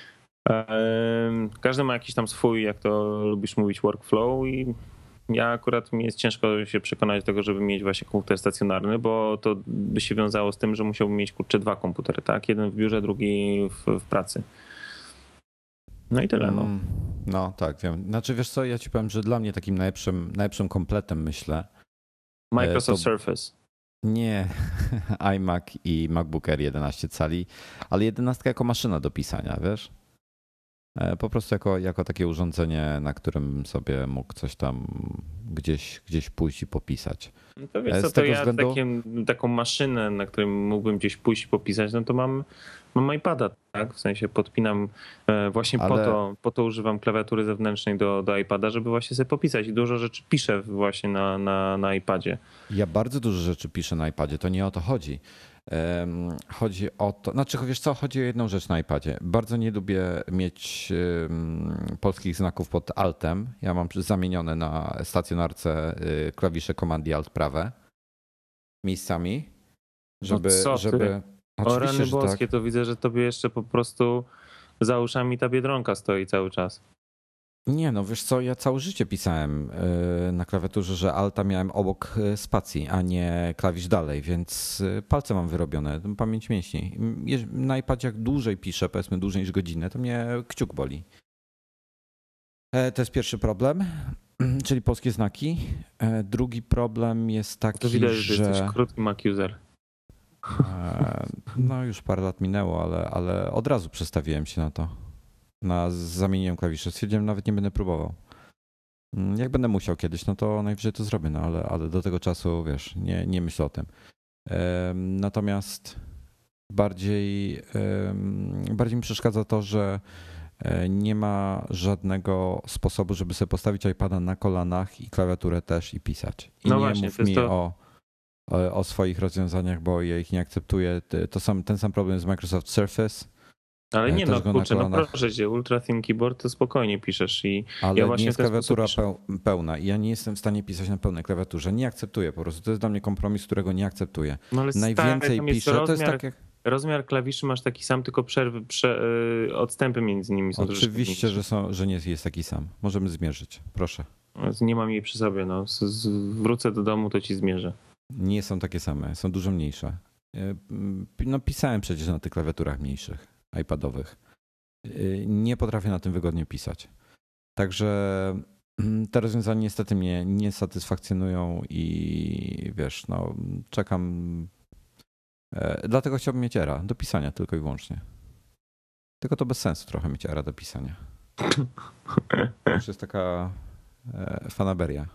każdy ma jakiś tam swój, jak to lubisz mówić, workflow i ja akurat mi jest ciężko się przekonać do tego, żeby mieć właśnie komputer stacjonarny, bo to by się wiązało z tym, że musiałbym mieć kurczę dwa komputery, tak? Jeden w biurze, drugi w, w pracy. No i tyle, no. No tak, wiem. Znaczy wiesz co, ja ci powiem, że dla mnie takim najlepszym, najlepszym kompletem, myślę, Microsoft to... Surface. Nie, iMac i MacBook Air jedenaście cali, ale jedenastka jako maszyna do pisania, wiesz? Po prostu jako, jako takie urządzenie, na którym sobie mógł coś tam gdzieś, gdzieś pójść i popisać. No to wiesz Z co, to tego ja względu... takie, taką maszynę, na którym mógłbym gdzieś pójść i popisać, no to mam, mam iPada, tak? W sensie podpinam, właśnie Ale... po, to, po to używam klawiatury zewnętrznej do, do iPada, żeby właśnie sobie popisać i dużo rzeczy piszę właśnie na, na, na iPadzie. Ja bardzo dużo rzeczy piszę na iPadzie, to nie o to chodzi. Chodzi o to, znaczy wiesz co, chodzi o jedną rzecz na iPadzie. Bardzo nie lubię mieć polskich znaków pod altem. Ja mam zamienione na stacjonarce klawisze Command i Alt prawe miejscami, żeby... No co żeby... O rany boskie, tak. To widzę, że tobie jeszcze po prostu za uszami ta Biedronka stoi cały czas. Nie, no wiesz co, ja całe życie pisałem na klawiaturze, że alta miałem obok spacji, a nie klawisz dalej, więc palce mam wyrobione, pamięć mięśni. Na iPadzie jak dłużej piszę, powiedzmy dłużej niż godzinę, to mnie kciuk boli. To jest pierwszy problem, czyli polskie znaki. Drugi problem jest taki, to widać, że... że jesteś krótki Mac user. No już parę lat minęło, ale, ale od razu przestawiłem się na to. Na zamieniłem klawisze. Stwierdziłem, nawet nie będę próbował. Jak będę musiał kiedyś, no to najwyżej to zrobię, no ale, ale do tego czasu, wiesz, nie, nie myślę o tym. Natomiast bardziej, bardziej mi przeszkadza to, że nie ma żadnego sposobu, żeby sobie postawić iPada na kolanach i klawiaturę też i pisać. I no nie właśnie, mów mi to... o, o swoich rozwiązaniach, bo ja ich nie akceptuję. To sam, ten sam problem z Microsoft Surface. Ale nie no, kurczę, no proszę cię, Ultra Thin Keyboard to spokojnie piszesz i Ale ja właśnie nie jest klawiatura peł- pełna i ja nie jestem w stanie pisać na pełnej klawiaturze. Nie akceptuję po prostu. To jest dla mnie kompromis, którego nie akceptuję. No ale Najwięcej stary, piszę, rozmiar, to jest tak jak... Rozmiar klawiszy masz taki sam, tylko przerwy, prze, yy, odstępy między nimi są Oczywiście, że, są, że nie jest taki sam. Możemy zmierzyć, proszę. Nie mam jej przy sobie, no. Z, z, wrócę do domu, to ci zmierzę. Nie są takie same, są dużo mniejsze. No pisałem przecież na tych klawiaturach mniejszych, iPadowych. Nie potrafię na tym wygodnie pisać. Także te rozwiązania niestety mnie nie satysfakcjonują i wiesz, no czekam. Dlatego chciałbym mieć era do pisania tylko i wyłącznie. Tylko to bez sensu trochę mieć era do pisania. To już jest taka fanaberia.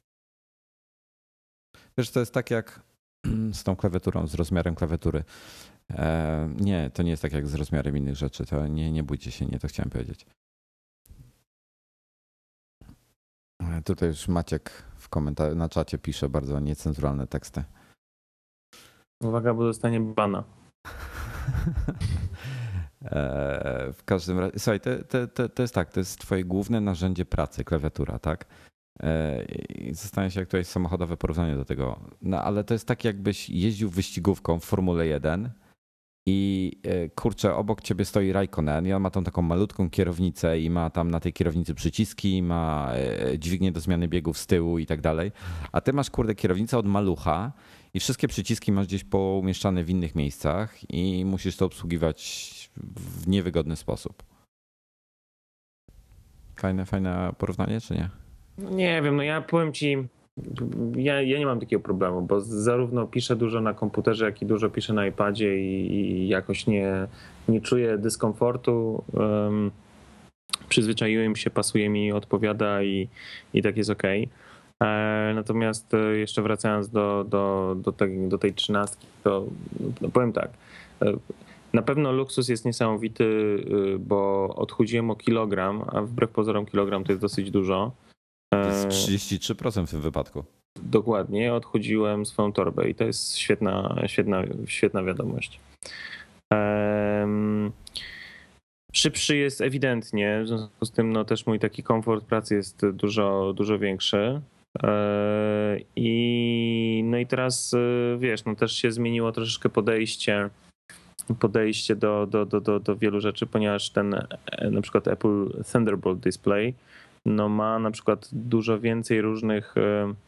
Wiesz, to jest tak jak z tą klawiaturą, z rozmiarem klawiatury. Nie, to nie jest tak jak z rozmiarem innych rzeczy. To nie, nie bójcie się, nie to chciałem powiedzieć. Tutaj już Maciek w komentarzu na czacie pisze bardzo niecenzuralne teksty. Uwaga, bo dostanie bana. W każdym razie, słuchaj, to, to, to jest tak, to jest twoje główne narzędzie pracy, klawiatura, tak? I zastanawiam się, jak to jest samochodowe porównanie do tego. No ale to jest tak, jakbyś jeździł wyścigówką w Formule jeden i kurczę, obok ciebie stoi Raikkonen i on ma tą taką malutką kierownicę i ma tam na tej kierownicy przyciski, ma dźwignię do zmiany biegów z tyłu i tak dalej. A ty masz, kurde, kierownicę od malucha i wszystkie przyciski masz gdzieś poumieszczane w innych miejscach i musisz to obsługiwać w niewygodny sposób. Fajne, fajne porównanie, czy nie? No nie wiem, no ja powiem ci, ja, ja nie mam takiego problemu, bo zarówno piszę dużo na komputerze, jak i dużo piszę na iPadzie i, i jakoś nie, nie czuję dyskomfortu. Um, przyzwyczaiłem się, pasuje mi, odpowiada i, i tak jest okej. E, natomiast jeszcze wracając do, do, do, tej, do tej trzynastki, to no powiem tak. Na pewno luksus jest niesamowity, bo odchudziłem o kilogram, a wbrew pozorom kilogram to jest dosyć dużo. To jest trzydzieści trzy procent w tym wypadku. Dokładnie, odchudziłem swoją torbę i to jest świetna, świetna, świetna wiadomość. Um, szybszy jest ewidentnie, w związku z tym no, też mój taki komfort pracy jest dużo, dużo większy. I no i teraz wiesz, no też się zmieniło troszeczkę podejście podejście do, do, do, do, do wielu rzeczy, ponieważ ten na przykład Apple Thunderbolt Display no ma na przykład dużo więcej różnych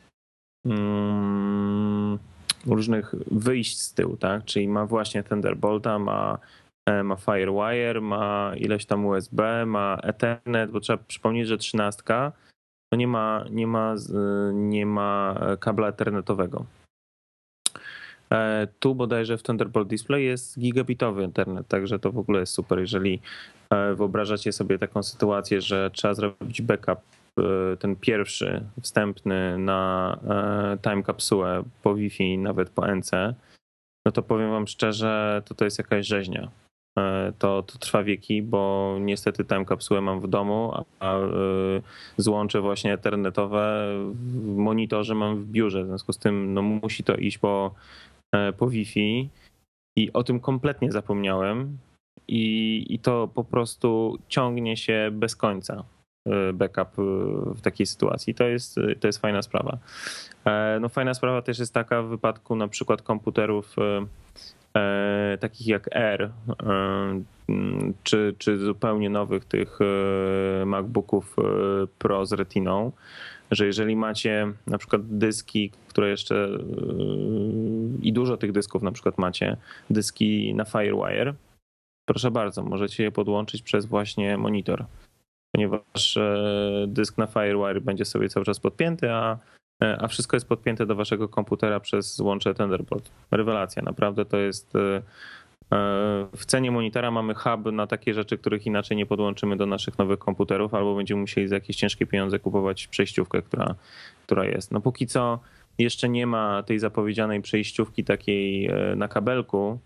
um, różnych wyjść z tyłu, tak? Czyli ma właśnie Thunderbolta, ma, ma Firewire, ma ileś tam U S B, ma Ethernet, bo trzeba przypomnieć, że trzynastka to nie ma, nie ma, nie ma kabla ethernetowego. Tu bodajże w Thunderbolt Display jest gigabitowy internet, także to w ogóle jest super. Jeżeli wyobrażacie sobie taką sytuację, że trzeba zrobić backup, ten pierwszy, wstępny na time kapsułę po Wi-Fi, nawet po N C, no to powiem wam szczerze, to to jest jakaś rzeźnia. To, to trwa wieki, bo niestety time kapsułę mam w domu, a, a złącze właśnie ethernetowe w monitorze mam w biurze. W związku z tym no, musi to iść po, po Wi-Fi i o tym kompletnie zapomniałem i, i to po prostu ciągnie się bez końca backup w takiej sytuacji. To jest, to jest fajna sprawa. No, fajna sprawa też jest taka w wypadku na przykład komputerów takich jak Air, czy, czy zupełnie nowych tych MacBooków Pro z Retiną, że jeżeli macie na przykład dyski, które jeszcze i dużo tych dysków na przykład macie, dyski na FireWire, proszę bardzo, możecie je podłączyć przez właśnie monitor, ponieważ dysk na FireWire będzie sobie cały czas podpięty, a a wszystko jest podpięte do waszego komputera przez złącze Thunderbolt. Rewelacja, naprawdę to jest... W cenie monitora mamy hub na takie rzeczy, których inaczej nie podłączymy do naszych nowych komputerów, albo będziemy musieli za jakieś ciężkie pieniądze kupować przejściówkę, która, która jest. No póki co jeszcze nie ma tej zapowiedzianej przejściówki takiej na kabelku,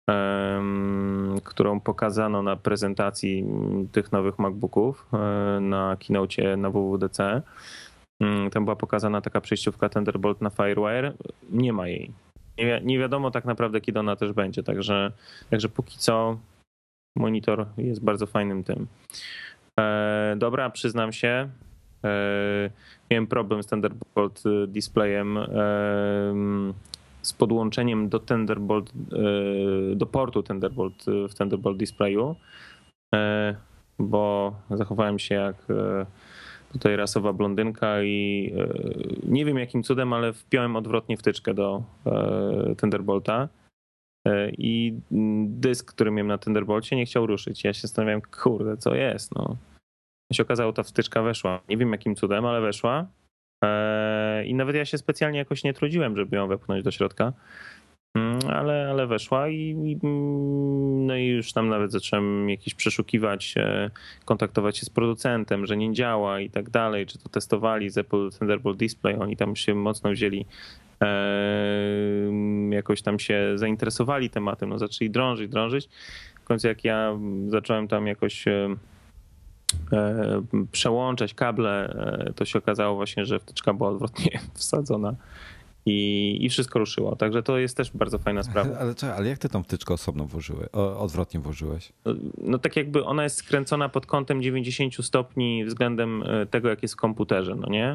którą pokazano na prezentacji tych nowych MacBooków na keynocie na W W D C. Tam była pokazana taka przejściówka Thunderbolt na FireWire. Nie ma jej. Nie, wi- nie wiadomo tak naprawdę, kiedy ona też będzie. Także, także póki co monitor jest bardzo fajnym tym. E, dobra, przyznam się. E, miałem problem z Thunderbolt displayem. E, z podłączeniem do Thunderbolt, e, do portu Thunderbolt w Thunderbolt displayu, e, bo zachowałem się jak e, tutaj rasowa blondynka i nie wiem jakim cudem, ale wpiąłem odwrotnie wtyczkę do Thunderbolta i dysk, który miałem na Thunderbolcie, nie chciał ruszyć. Ja się zastanawiałem, kurde, co jest, no. I się okazało, ta wtyczka weszła. Nie wiem jakim cudem, ale weszła i nawet ja się specjalnie jakoś nie trudziłem, żeby ją wepchnąć do środka. Ale, ale weszła i, i, no i już tam nawet zacząłem jakieś przeszukiwać, kontaktować się z producentem, że nie działa i tak dalej, czy to testowali z Apple Thunderbolt Display, oni tam się mocno wzięli, e, jakoś tam się zainteresowali tematem, no zaczęli drążyć, drążyć. W końcu jak ja zacząłem tam jakoś e, przełączać kable, e, to się okazało właśnie, że wtyczka była odwrotnie wsadzona. I, I wszystko ruszyło. Także to jest też bardzo fajna sprawa. Ale, czekaj, ale jak ty tą wtyczkę osobno włożyłeś? O, odwrotnie włożyłeś? No, no tak jakby ona jest skręcona pod kątem dziewięćdziesiąt stopni względem tego, jak jest w komputerze, no nie?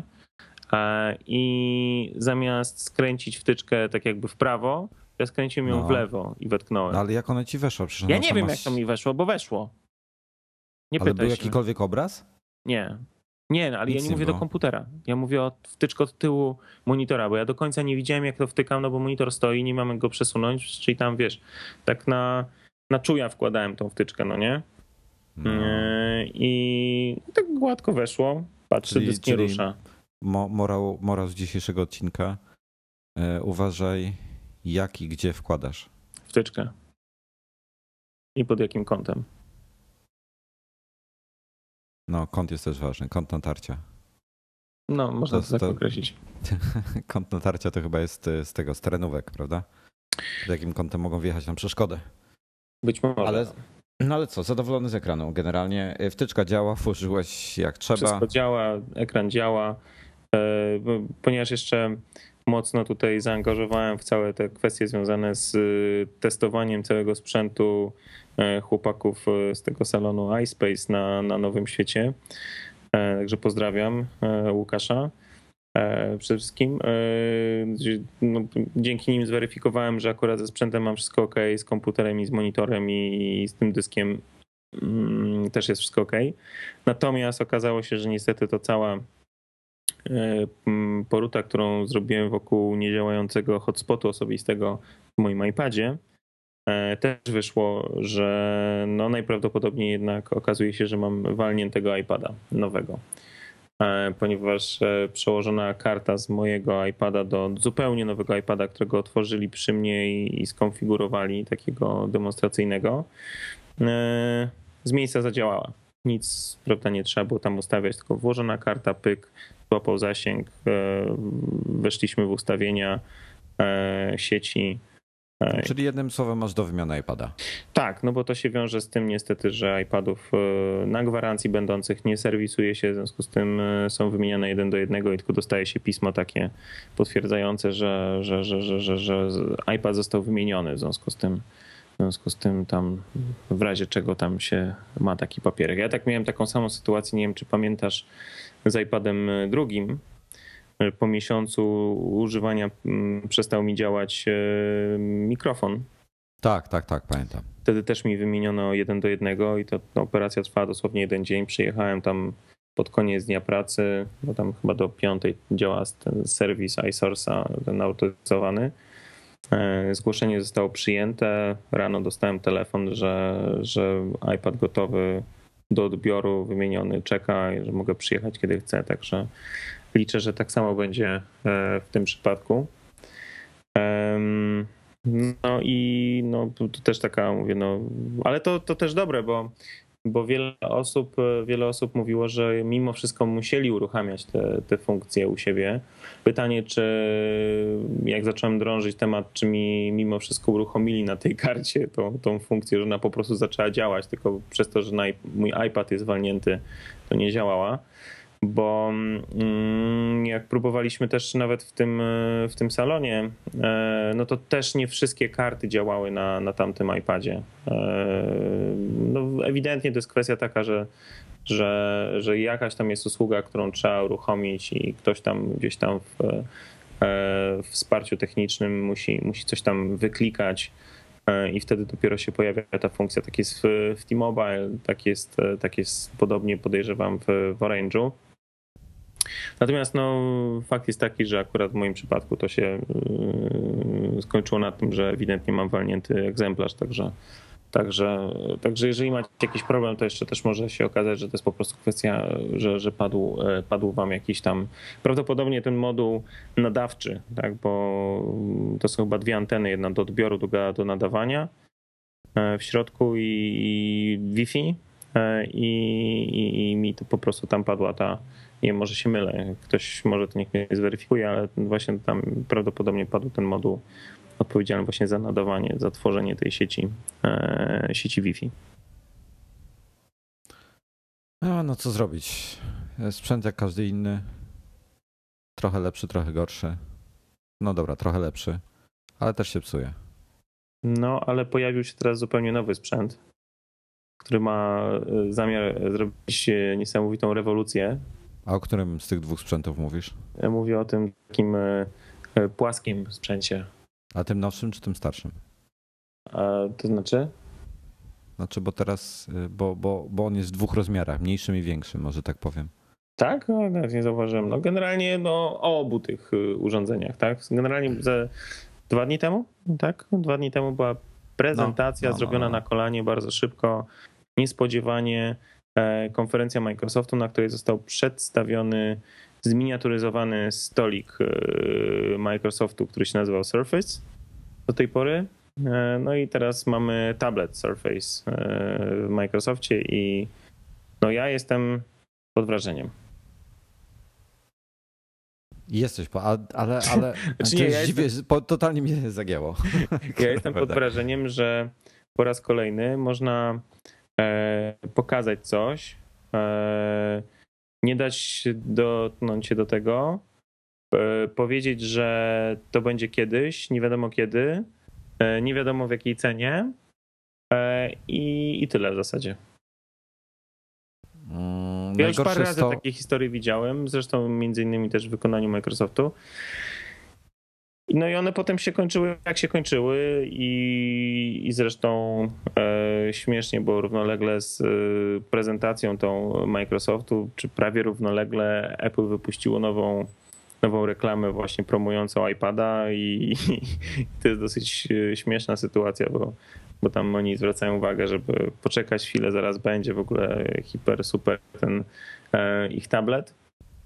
I zamiast skręcić wtyczkę tak jakby w prawo, ja skręciłem ją No. w lewo i wetknąłem. No ale jak ona ci weszła? Przecież Ja ona nie tam wiem, masz... jak to mi weszło, bo weszło. Nie Ale pytaj był się. jakikolwiek obraz? Nie. Nie, no, ale Nic ja nie nie mówię było. do komputera. Ja mówię o wtyczce od tyłu monitora, bo ja do końca nie widziałem, jak to wtykam, no bo monitor stoi, nie mamy go przesunąć, czyli tam, wiesz, tak na, na czuja wkładałem tą wtyczkę, no nie? No. Yy, I tak gładko weszło. Patrzę, Czyli- dysk nie czyli- rusza. Mo, morał, morał z dzisiejszego odcinka. E, uważaj, jak i gdzie wkładasz. Wtyczkę. I pod jakim kątem. No, kąt jest też ważny. Kąt natarcia. No, można To- to, tak to- określić. Kąt natarcia to chyba jest e, z tego, z terenówek, prawda? Z jakim kątem mogą wjechać na przeszkodę. Być może. Ale, no ale co, zadowolony z ekranu. Generalnie e, wtyczka działa, włożyłeś jak trzeba. Wszystko działa, ekran działa. E, Ponieważ jeszcze mocno tutaj zaangażowałem w całe te kwestie związane z y, testowaniem całego sprzętu e, chłopaków e, z tego salonu iSpace na, na Nowym Świecie. E, Także pozdrawiam e, Łukasza. E, Przede wszystkim e, no, dzięki nim zweryfikowałem, że akurat ze sprzętem mam wszystko ok, z komputerem i z monitorem i z tym dyskiem mm, też jest wszystko ok. Natomiast okazało się, że niestety to cała poruta, którą zrobiłem wokół niedziałającego hotspotu osobistego w moim iPadzie, też wyszło, że no najprawdopodobniej jednak okazuje się, że mam walniętego iPada nowego. ponieważ przełożona karta z mojego iPada do zupełnie nowego iPada, którego otworzyli przy mnie i skonfigurowali, takiego demonstracyjnego, z miejsca zadziałała. Nic, prawda, nie trzeba było tam ustawiać, tylko włożona karta, pyk, złapał zasięg, weszliśmy w ustawienia sieci. Czyli jednym słowem masz do wymiany iPada. Tak, no bo to się wiąże z tym niestety, że iPadów na gwarancji będących nie serwisuje się, w związku z tym są wymieniane jeden do jednego i tylko dostaje się pismo takie potwierdzające, że, że, że, że, że, że iPad został wymieniony, w związku z tym w związku z tym tam w razie czego tam się ma taki papierek. Ja tak miałem taką samą sytuację, nie wiem czy pamiętasz, z iPadem drugim. Po miesiącu używania przestał mi działać mikrofon. Tak, tak, tak, pamiętam. Wtedy też mi wymieniono jeden do jednego i to no, operacja trwała dosłownie jeden dzień. Przyjechałem tam pod koniec dnia pracy, bo tam chyba do piątej działa ten serwis iSource'a, ten autoryzowany. Zgłoszenie zostało przyjęte. Rano dostałem telefon, że, że iPad gotowy do odbioru, wymieniony, czeka i że mogę przyjechać kiedy chcę. Także liczę, że tak samo będzie w tym przypadku. No i no, to też taka, mówię, no, ale to, to też dobre, bo, bo wiele osób, wiele osób mówiło, że mimo wszystko musieli uruchamiać te, te funkcje u siebie. Pytanie, czy jak zacząłem drążyć temat, czy mi mimo wszystko uruchomili na tej karcie tą, tą funkcję, że ona po prostu zaczęła działać, tylko przez to, że mój iPad jest walnięty, to nie działała. Bo jak próbowaliśmy też nawet w tym, w tym salonie, no to też nie wszystkie karty działały na, na tamtym iPadzie. No ewidentnie to jest kwestia taka, że, że, że jakaś tam jest usługa, którą trzeba uruchomić i ktoś tam gdzieś tam w, w wsparciu technicznym musi, musi coś tam wyklikać i wtedy dopiero się pojawia ta funkcja. Tak jest w, w T-Mobile, tak jest, tak jest podobnie, podejrzewam, w, w Orange'u. Natomiast no, fakt jest taki, że akurat w moim przypadku to się skończyło na tym, że ewidentnie mam walnięty egzemplarz, także, także, także jeżeli macie jakiś problem, to jeszcze też może się okazać, że to jest po prostu kwestia, że, że padł, padł wam jakiś tam, prawdopodobnie ten moduł nadawczy, tak, bo to są chyba dwie anteny, jedna do odbioru, druga do nadawania w środku i, i Wi-Fi i, i, i mi to po prostu tam padła ta. Nie, może się mylę, ktoś może to niech mnie zweryfikuje, ale właśnie tam prawdopodobnie padł ten moduł odpowiedzialny właśnie za nadawanie, za tworzenie tej sieci, e, sieci Wi-Fi. No, no co zrobić? Sprzęt jak każdy inny. Trochę lepszy, trochę gorszy. No dobra, trochę lepszy, ale też się psuje. No, ale pojawił się teraz zupełnie nowy sprzęt, który ma zamiar zrobić niesamowitą rewolucję. A o którym z tych dwóch sprzętów mówisz? Ja mówię o tym takim płaskim sprzęcie. A tym nowszym czy tym starszym? A to znaczy? Znaczy, bo teraz, bo, bo, bo on jest w dwóch rozmiarach, mniejszym i większym, może tak powiem. Tak? No, nawet nie zauważyłem. No, generalnie no, o obu tych urządzeniach, tak? Generalnie ze dwa dni temu, tak? Dwa dni temu była prezentacja no, no, zrobiona no, no. na kolanie bardzo szybko, niespodziewanie. Konferencja Microsoftu, na której został przedstawiony zminiaturyzowany stolik Microsoftu, który się nazywał Surface do tej pory. No i teraz mamy tablet Surface w Microsoftie i no ja jestem pod wrażeniem. Jesteś, ale, ale, ale znaczy nie, ja dziwię, jestem... po, totalnie mnie zagięło. Ja jestem pod wrażeniem, że po raz kolejny można pokazać coś, nie dać dotknąć się do tego, powiedzieć, że to będzie kiedyś, nie wiadomo kiedy, nie wiadomo w jakiej cenie i, i tyle w zasadzie. Hmm, ja już parę razy to... takie historie widziałem, zresztą między innymi też w wykonaniu Microsoftu. No i one potem się kończyły jak się kończyły i, i zresztą e, śmiesznie, bo równolegle z e, prezentacją tą Microsoftu, czy prawie równolegle Apple wypuściło nową, nową reklamę właśnie promującą iPada i, i to jest dosyć śmieszna sytuacja, bo, bo tam oni zwracają uwagę, żeby poczekać chwilę, zaraz będzie w ogóle hiper, super ten e, ich tablet.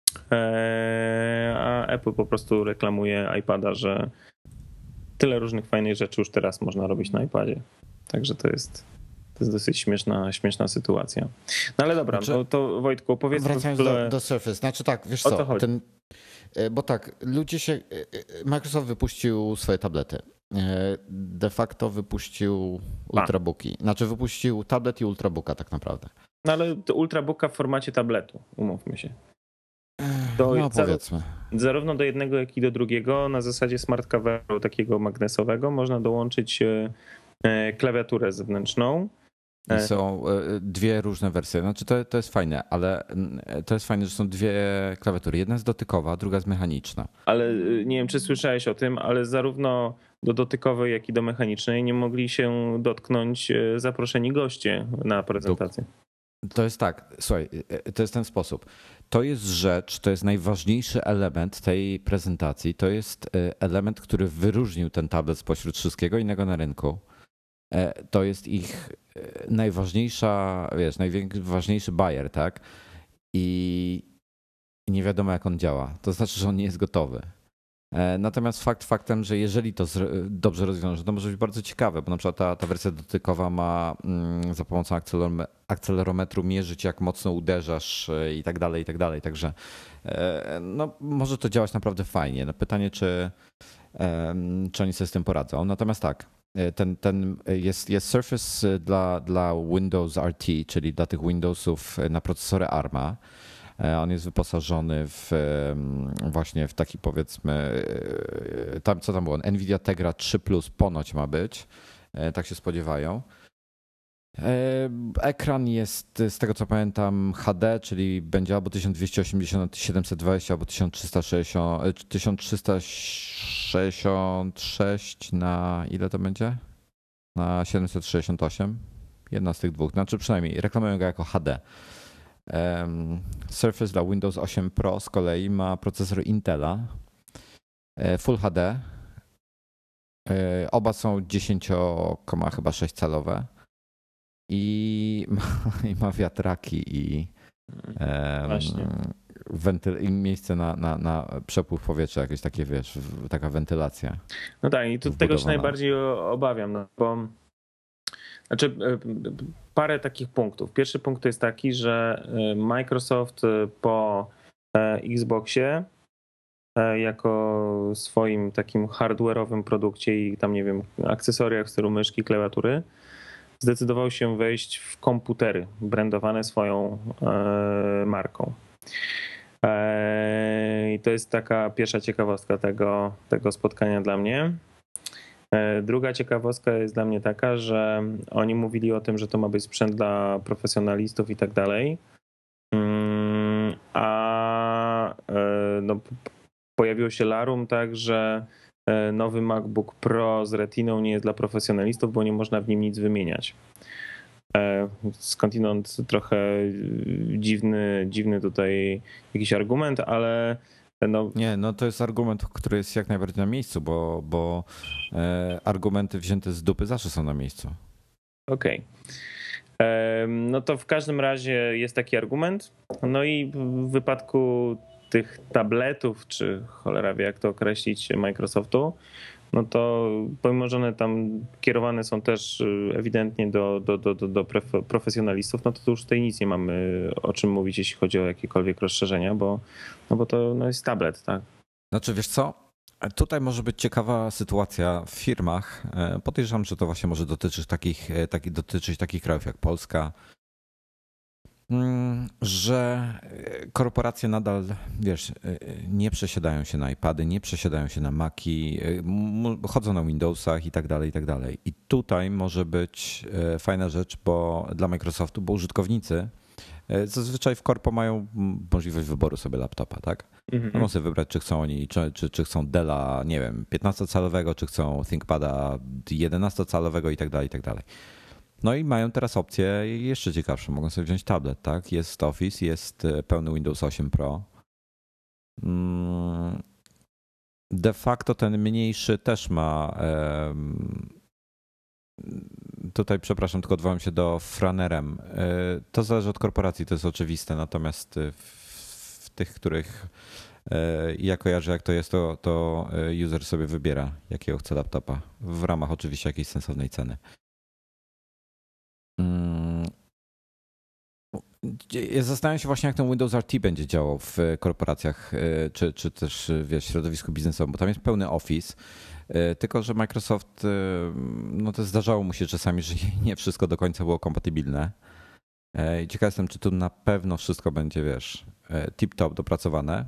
A Apple po prostu reklamuje iPada, że tyle różnych fajnych rzeczy już teraz można robić na iPadzie. Także to jest, to jest dosyć śmieszna, śmieszna sytuacja. No ale dobra, Znaczy, to, to Wojtku, powiedz wracając ogóle, do, do Surface, znaczy tak, wiesz o co, co chodzi? ten, bo tak, ludzie się, Microsoft wypuścił swoje tablety. De facto wypuścił ultrabooki. Znaczy wypuścił tablet i ultrabooka tak naprawdę. No ale to ultrabooka w formacie tabletu, umówmy się. To no powiedzmy. Zarówno do jednego, jak i do drugiego na zasadzie smart coveru takiego magnesowego można dołączyć klawiaturę zewnętrzną. I są dwie różne wersje. Znaczy to, to jest fajne, ale to jest fajne, że są dwie klawiatury. Jedna jest dotykowa, druga jest mechaniczna. Ale nie wiem, czy słyszałeś o tym, ale zarówno do dotykowej, jak i do mechanicznej nie mogli się dotknąć zaproszeni goście na prezentację. To jest tak, słuchaj, to jest ten sposób. To jest rzecz, to jest najważniejszy element tej prezentacji. To jest element, który wyróżnił ten tablet spośród wszystkiego innego na rynku. To jest ich najważniejsza, wiesz, najważniejszy buyer, tak? I nie wiadomo, jak on działa. To znaczy, że on nie jest gotowy. Natomiast fakt faktem, że jeżeli to dobrze rozwiąże, to może być bardzo ciekawe, bo na przykład ta, ta wersja dotykowa ma za pomocą akcelerometru mierzyć, jak mocno uderzasz i tak dalej, i tak dalej. Także no, może to działać naprawdę fajnie. No, pytanie, czy, czy oni sobie z tym poradzą. Natomiast tak, ten, ten jest, jest Surface dla, dla Windows R T, czyli dla tych Windowsów na procesory ARMA. On jest wyposażony w właśnie w taki, powiedzmy, tam co tam było, Nvidia Tegra trzy plus ponoć ma być, tak się spodziewają. Ekran jest, z tego co pamiętam, H D, czyli będzie albo tysiąc dwieście osiemdziesiąt na siedemset dwadzieścia, albo tysiąc trzysta sześćdziesiąt, tysiąc trzysta sześćdziesiąt sześć na ile to będzie? Na siedemset sześćdziesiąt osiem? Jedna z tych dwóch, znaczy przynajmniej reklamują go jako H D. Surface dla Windows osiem Pro z kolei ma procesor Intela Full H D. Oba są dziesięć przecinek sześć calowe i ma, i ma wiatraki i, wentyl, i miejsce na, na, na przepływ powietrza, jakieś takie, wiesz, taka wentylacja. No tak, i tu tego się najbardziej obawiam, no bo znaczy parę takich punktów. Pierwszy punkt to jest taki, że Microsoft po Xboxie jako swoim takim hardware'owym produkcie i tam, nie wiem, akcesoriach w stylu myszki, klawiatury zdecydował się wejść w komputery brandowane swoją marką. I to jest taka pierwsza ciekawostka tego, tego spotkania dla mnie. Druga ciekawostka jest dla mnie taka, że oni mówili o tym, że to ma być sprzęt dla profesjonalistów i tak dalej, a no, pojawiło się larum, tak, że nowy MacBook Pro z Retiną nie jest dla profesjonalistów, bo nie można w nim nic wymieniać. Skądinąd trochę dziwny, dziwny tutaj jakiś argument, ale no... Nie, no to jest argument, który jest jak najbardziej na miejscu, bo, bo e, argumenty wzięte z dupy zawsze są na miejscu. Okej. Okay. No to w każdym razie jest taki argument. No i w wypadku tych tabletów, czy cholera wie jak to określić, Microsoftu, no to pomimo, że one tam kierowane są też ewidentnie do, do, do, do profesjonalistów, no to tu już tutaj nic nie mamy o czym mówić, jeśli chodzi o jakiekolwiek rozszerzenia, bo, no bo to no jest tablet, tak? Znaczy wiesz co, tutaj może być ciekawa sytuacja w firmach. Podejrzewam, że to właśnie może dotyczyć takich, taki, dotyczyć takich krajów jak Polska, że korporacje nadal, wiesz, nie przesiadają się na iPady, nie przesiadają się na Maci, chodzą na Windowsach i tak dalej, i tak dalej. I tutaj może być fajna rzecz, bo dla Microsoftu, bo użytkownicy zazwyczaj w korpo mają możliwość wyboru sobie laptopa, tak? Mhm. Mogą sobie wybrać, czy chcą oni, czy, czy, czy chcą Della, nie wiem, piętnastocalowego, czy chcą ThinkPada jedenastocalowego i tak dalej, i tak dalej. No i mają teraz opcję jeszcze ciekawszą. Mogą sobie wziąć tablet, tak? Jest Office, jest pełny Windows osiem Pro. De facto ten mniejszy też ma... Tutaj, przepraszam, tylko odwołam się do Franerem. To zależy od korporacji, to jest oczywiste. Natomiast w tych, których ja kojarzę, jak to jest, to, to user sobie wybiera, jakiego chce laptopa, w ramach oczywiście jakiejś sensownej ceny. Ja zastanawiam się właśnie, jak ten Windows R T będzie działał w korporacjach, czy, czy też wiesz, środowisku biznesowym, bo tam jest pełny Office, tylko że Microsoft, no to zdarzało mu się czasami, że nie wszystko do końca było kompatybilne. Ciekaw jestem, czy tu na pewno wszystko będzie, wiesz, tip-top dopracowane.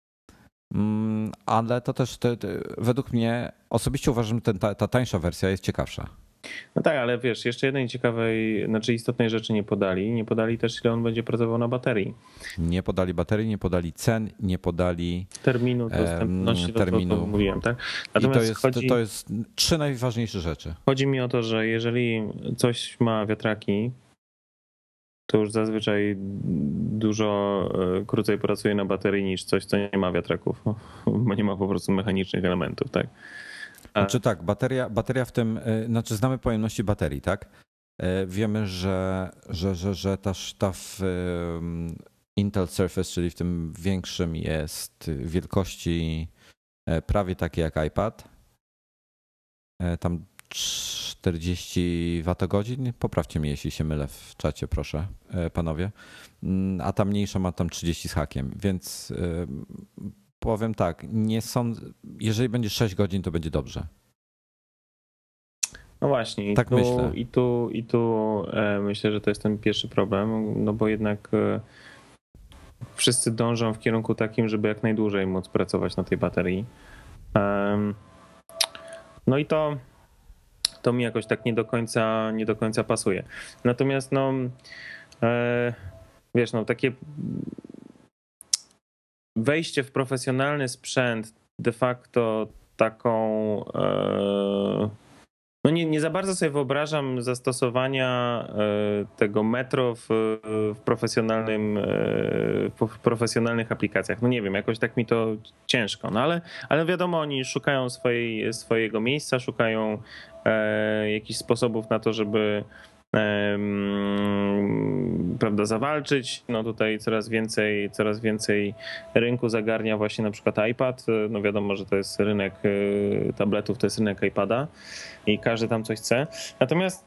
Ale to też te, te, według mnie osobiście uważam, że ten, ta, ta tańsza wersja jest ciekawsza. No tak, ale wiesz, jeszcze jednej ciekawej, znaczy istotnej rzeczy nie podali. Nie podali też, ile on będzie pracował na baterii. Nie podali baterii, nie podali cen, nie podali terminu dostępności, um, terminu. To, to mówiłem, tak? Natomiast I to jest, chodzi, to jest trzy najważniejsze rzeczy. Chodzi mi o to, że jeżeli coś ma wiatraki, to już zazwyczaj dużo krócej pracuje na baterii niż coś, co nie ma wiatraków, bo nie ma po prostu mechanicznych elementów, tak? A... Znaczy tak, bateria, bateria w tym, znaczy znamy pojemności baterii, tak? Wiemy, że, że, że, że ta, ta w Intel Surface, czyli w tym większym, jest wielkości prawie takie jak iPad. Tam czterdzieści wattogodzin, poprawcie mnie, jeśli się mylę w czacie, proszę, panowie. A ta mniejsza ma tam trzydzieści z hakiem, więc powiem tak, nie sądzę, jeżeli będzie sześć godzin, to będzie dobrze. No właśnie, i tak tu, myślę. I tu, i tu e, myślę, że to jest ten pierwszy problem, no bo jednak e, wszyscy dążą w kierunku takim, żeby jak najdłużej móc pracować na tej baterii. E, no i to to mi jakoś tak nie do końca, nie do końca pasuje. Natomiast no, e, wiesz, no takie wejście w profesjonalny sprzęt de facto taką, e, no nie, nie za bardzo sobie wyobrażam zastosowania e, tego metro w, w profesjonalnym, e, w profesjonalnych aplikacjach. No nie wiem, jakoś tak mi to ciężko, no ale, ale wiadomo, oni szukają swojej, swojego miejsca, szukają e, jakichś sposobów na to, żeby prawda, zawalczyć. No tutaj coraz więcej, coraz więcej rynku zagarnia właśnie na przykład iPad. No wiadomo, że to jest rynek tabletów, to jest rynek iPada i każdy tam coś chce. Natomiast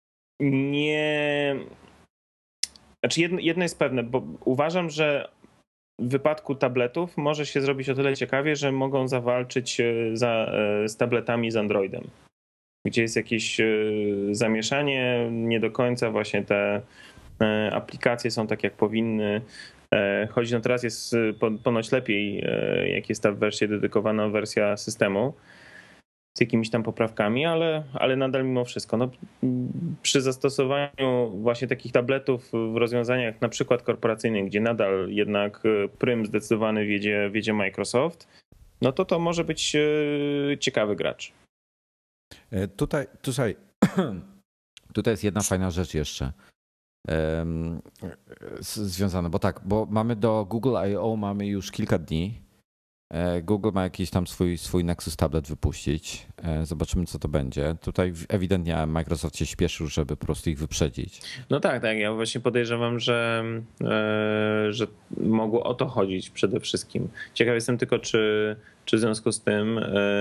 nie... Znaczy jedno, jedno jest pewne, bo uważam, że w wypadku tabletów może się zrobić o tyle ciekawie, że mogą zawalczyć za, z tabletami z Androidem, gdzie jest jakieś zamieszanie, nie do końca właśnie te aplikacje są tak, jak powinny. Chodzi, no teraz jest ponoć lepiej, jak jest ta wersja dedykowana, wersja systemu z jakimiś tam poprawkami, ale, ale nadal mimo wszystko. No, przy zastosowaniu właśnie takich tabletów w rozwiązaniach na przykład korporacyjnych, gdzie nadal jednak prym zdecydowany wiedzie, wiedzie Microsoft, no to to może być ciekawy gracz. Tutaj, tutaj, tutaj jest jedna fajna rzecz jeszcze um, związana, bo tak, bo mamy do Google I O mamy już kilka dni. Google ma jakiś tam swój, swój Nexus tablet wypuścić. Zobaczymy, co to będzie. Tutaj ewidentnie Microsoft się śpieszył, żeby po prostu ich wyprzedzić. No tak, tak. Ja właśnie podejrzewam, że, że mogło o to chodzić przede wszystkim. Ciekaw jestem tylko, czy, czy w związku z tym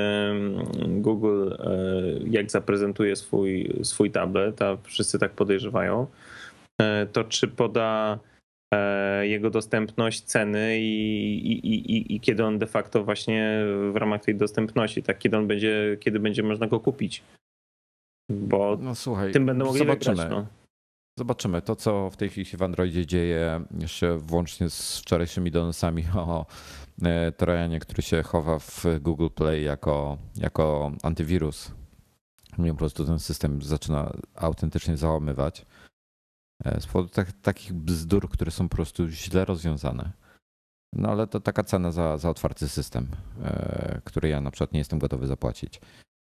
Google jak zaprezentuje swój, swój tablet, a wszyscy tak podejrzewają, to czy poda jego dostępność, ceny i, i, i, i kiedy on de facto właśnie w ramach tej dostępności, tak, kiedy on będzie, kiedy będzie można go kupić. Bo no, słuchaj, tym będą mogli zobaczymy. wygrać. No. Zobaczymy. To, co w tej chwili się w Androidzie dzieje, jeszcze włącznie z wczorajszymi donosami o Trojanie, który się chowa w Google Play jako, jako antywirus. Mnie po prostu ten system zaczyna autentycznie załamywać. Z powodu tak, takich bzdur, które są po prostu źle rozwiązane. No ale to taka cena za, za otwarty system, e, który ja na przykład nie jestem gotowy zapłacić.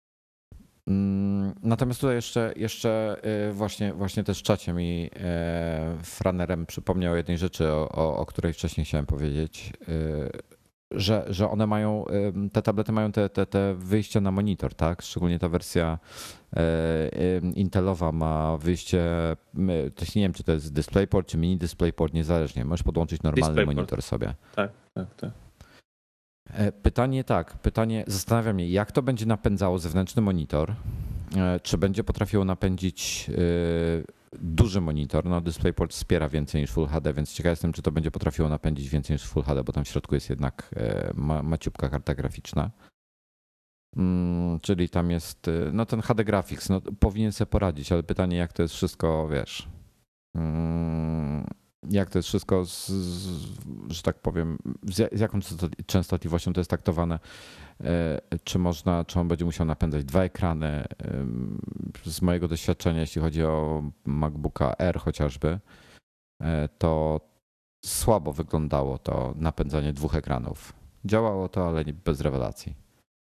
Mm, natomiast tutaj jeszcze, jeszcze właśnie, właśnie też w czacie mi e, Franerem przypomniał o jednej rzeczy, o, o, o której wcześniej chciałem powiedzieć. E, że, że one mają, te tablety mają te, te, te wyjścia na monitor, tak? Szczególnie ta wersja Intelowa ma wyjście, to nie wiem, czy to jest DisplayPort, czy mini DisplayPort, niezależnie. Możesz podłączyć normalny DisplayPort. monitor sobie. Tak, tak, tak. Pytanie tak, pytanie, zastanawia mnie, jak to będzie napędzało zewnętrzny monitor? Czy będzie potrafiło napędzić duży monitor? No DisplayPort wspiera więcej niż Full H D, więc ciekaw jestem, czy to będzie potrafiło napędzić więcej niż Full H D, bo tam w środku jest jednak ma, maciupka karta graficzna. Hmm, czyli tam jest, no ten H D Graphics, no powinien sobie poradzić, ale pytanie, jak to jest wszystko, wiesz, hmm, jak to jest wszystko, z, z, że tak powiem, z, z jaką częstotliwością to jest taktowane, czy można, czy on będzie musiał napędzać dwa ekrany. Z mojego doświadczenia, jeśli chodzi o MacBooka Air chociażby, to słabo wyglądało to napędzanie dwóch ekranów. Działało to, ale bez rewelacji.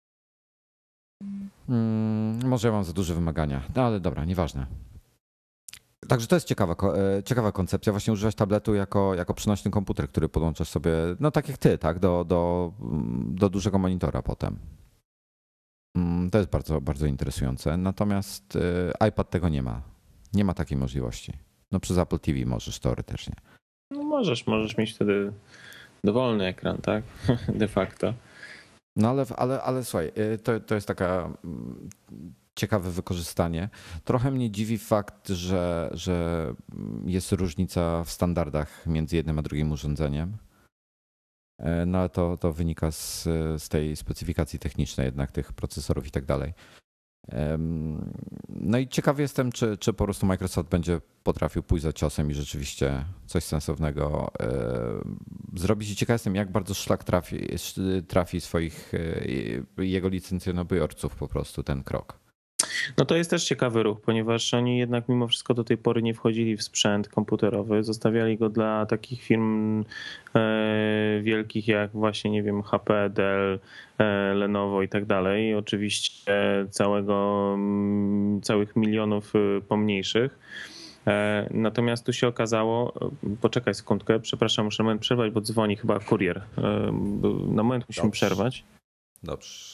Hmm, może ja mam za duże wymagania, no ale dobra, nieważne. Także to jest ciekawa, ciekawa koncepcja, właśnie używać tabletu jako, jako przenośny komputer, który podłączasz sobie, no tak jak ty, tak, do, do, do dużego monitora potem. To jest bardzo, bardzo interesujące. Natomiast iPad tego nie ma. Nie ma takiej możliwości. No przez Apple T V możesz teoretycznie. No możesz, możesz mieć wtedy dowolny ekran, tak? De facto. No ale, ale, ale słuchaj, to, to jest taka ciekawe wykorzystanie. Trochę mnie dziwi fakt, że, że jest różnica w standardach między jednym a drugim urządzeniem. No ale to, to wynika z, z tej specyfikacji technicznej jednak tych procesorów i tak dalej. No i ciekawy jestem, czy, czy po prostu Microsoft będzie potrafił pójść za ciosem i rzeczywiście coś sensownego zrobić. I ciekaw jestem, jak bardzo szlak trafi, trafi swoich jego licencjonobiorców po prostu ten krok. No to jest też ciekawy ruch, ponieważ oni jednak mimo wszystko do tej pory nie wchodzili w sprzęt komputerowy, zostawiali go dla takich firm wielkich jak właśnie, nie wiem, H P, Dell, Lenovo i tak dalej. Oczywiście całego, całych milionów pomniejszych. Natomiast tu się okazało, poczekaj sekundkę, przepraszam, muszę moment przerwać, bo dzwoni chyba kurier. Na moment musimy Dobrze. przerwać. Dobrze.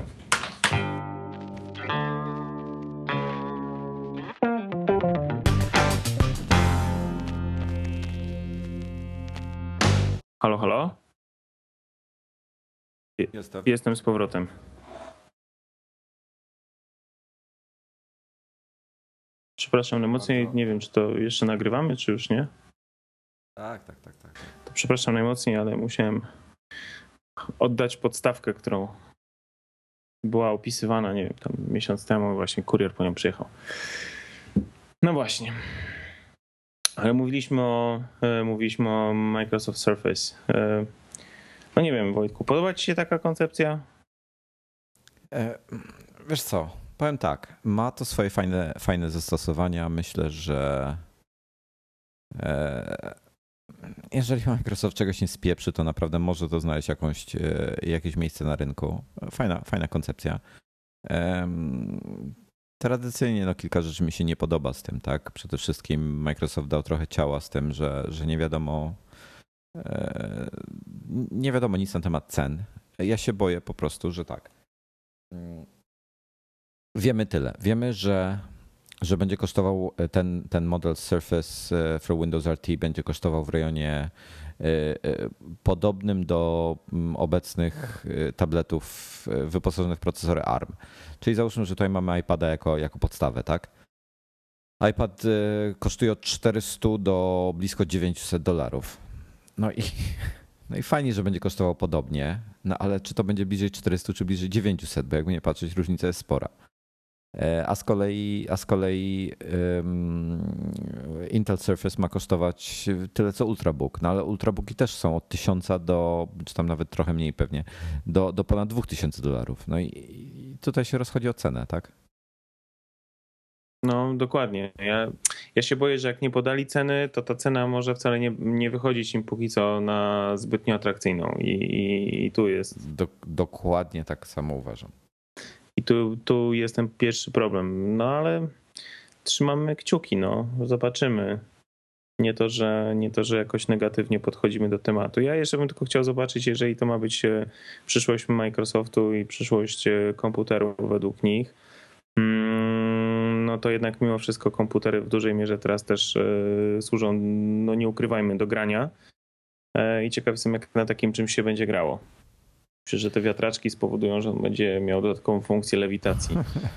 Halo, halo? Jestem. Jestem z powrotem. Przepraszam najmocniej, nie wiem, czy to jeszcze nagrywamy, czy już nie? Tak, tak, tak, tak. To przepraszam najmocniej, ale musiałem oddać podstawkę, którą była opisywana, nie wiem, tam miesiąc temu, właśnie kurier po nią przyjechał. No właśnie. Ale mówiliśmy o, mówiliśmy o Microsoft Surface. No nie wiem, Wojtku, podoba ci się taka koncepcja? Wiesz co, powiem tak, ma to swoje fajne, fajne zastosowania. Myślę, że jeżeli Microsoft czegoś nie spieprzy, to naprawdę może to znaleźć jakąś, jakieś miejsce na rynku. Fajna, fajna koncepcja. Tradycyjnie no, kilka rzeczy mi się nie podoba z tym, tak? Przede wszystkim Microsoft dał trochę ciała z tym, że, że nie wiadomo nie wiadomo nic na temat cen. Ja się boję po prostu, że tak. Wiemy tyle. Wiemy, że, że będzie kosztował ten, ten model Surface for Windows R T będzie kosztował w rejonie podobnym do obecnych tabletów wyposażonych w procesory A R M. Czyli załóżmy, że tutaj mamy iPada jako, jako podstawę, tak? iPad kosztuje od czterysta do blisko dziewięćset dolarów. No i, no i fajnie, że będzie kosztował podobnie, no ale czy to będzie bliżej czterysta czy bliżej dziewięćset, bo jakby nie patrzeć, różnica jest spora. A z kolei, a z kolei um, Intel Surface ma kosztować tyle co Ultrabook, no ale Ultrabooki też są od tysiąca do, czy tam nawet trochę mniej pewnie, do, do ponad dwóch tysięcy dolarów. No i, i tutaj się rozchodzi o cenę, tak? No dokładnie. Ja, ja się boję, że jak nie podali ceny, to ta cena może wcale nie, nie wychodzić im póki co na zbytnio atrakcyjną i, i, i tu jest. Do, dokładnie tak samo uważam. I tu, tu jest ten pierwszy problem. No ale trzymamy kciuki, no. Zobaczymy. Nie to, że, nie to, że jakoś negatywnie podchodzimy do tematu. Ja jeszcze bym tylko chciał zobaczyć, jeżeli to ma być przyszłość Microsoftu i przyszłość komputerów według nich, no to jednak mimo wszystko komputery w dużej mierze teraz też służą, no nie ukrywajmy, do grania. I ciekaw jestem, jak na takim czymś się będzie grało. Myślę, że te wiatraczki spowodują, że on będzie miał dodatkową funkcję lewitacji.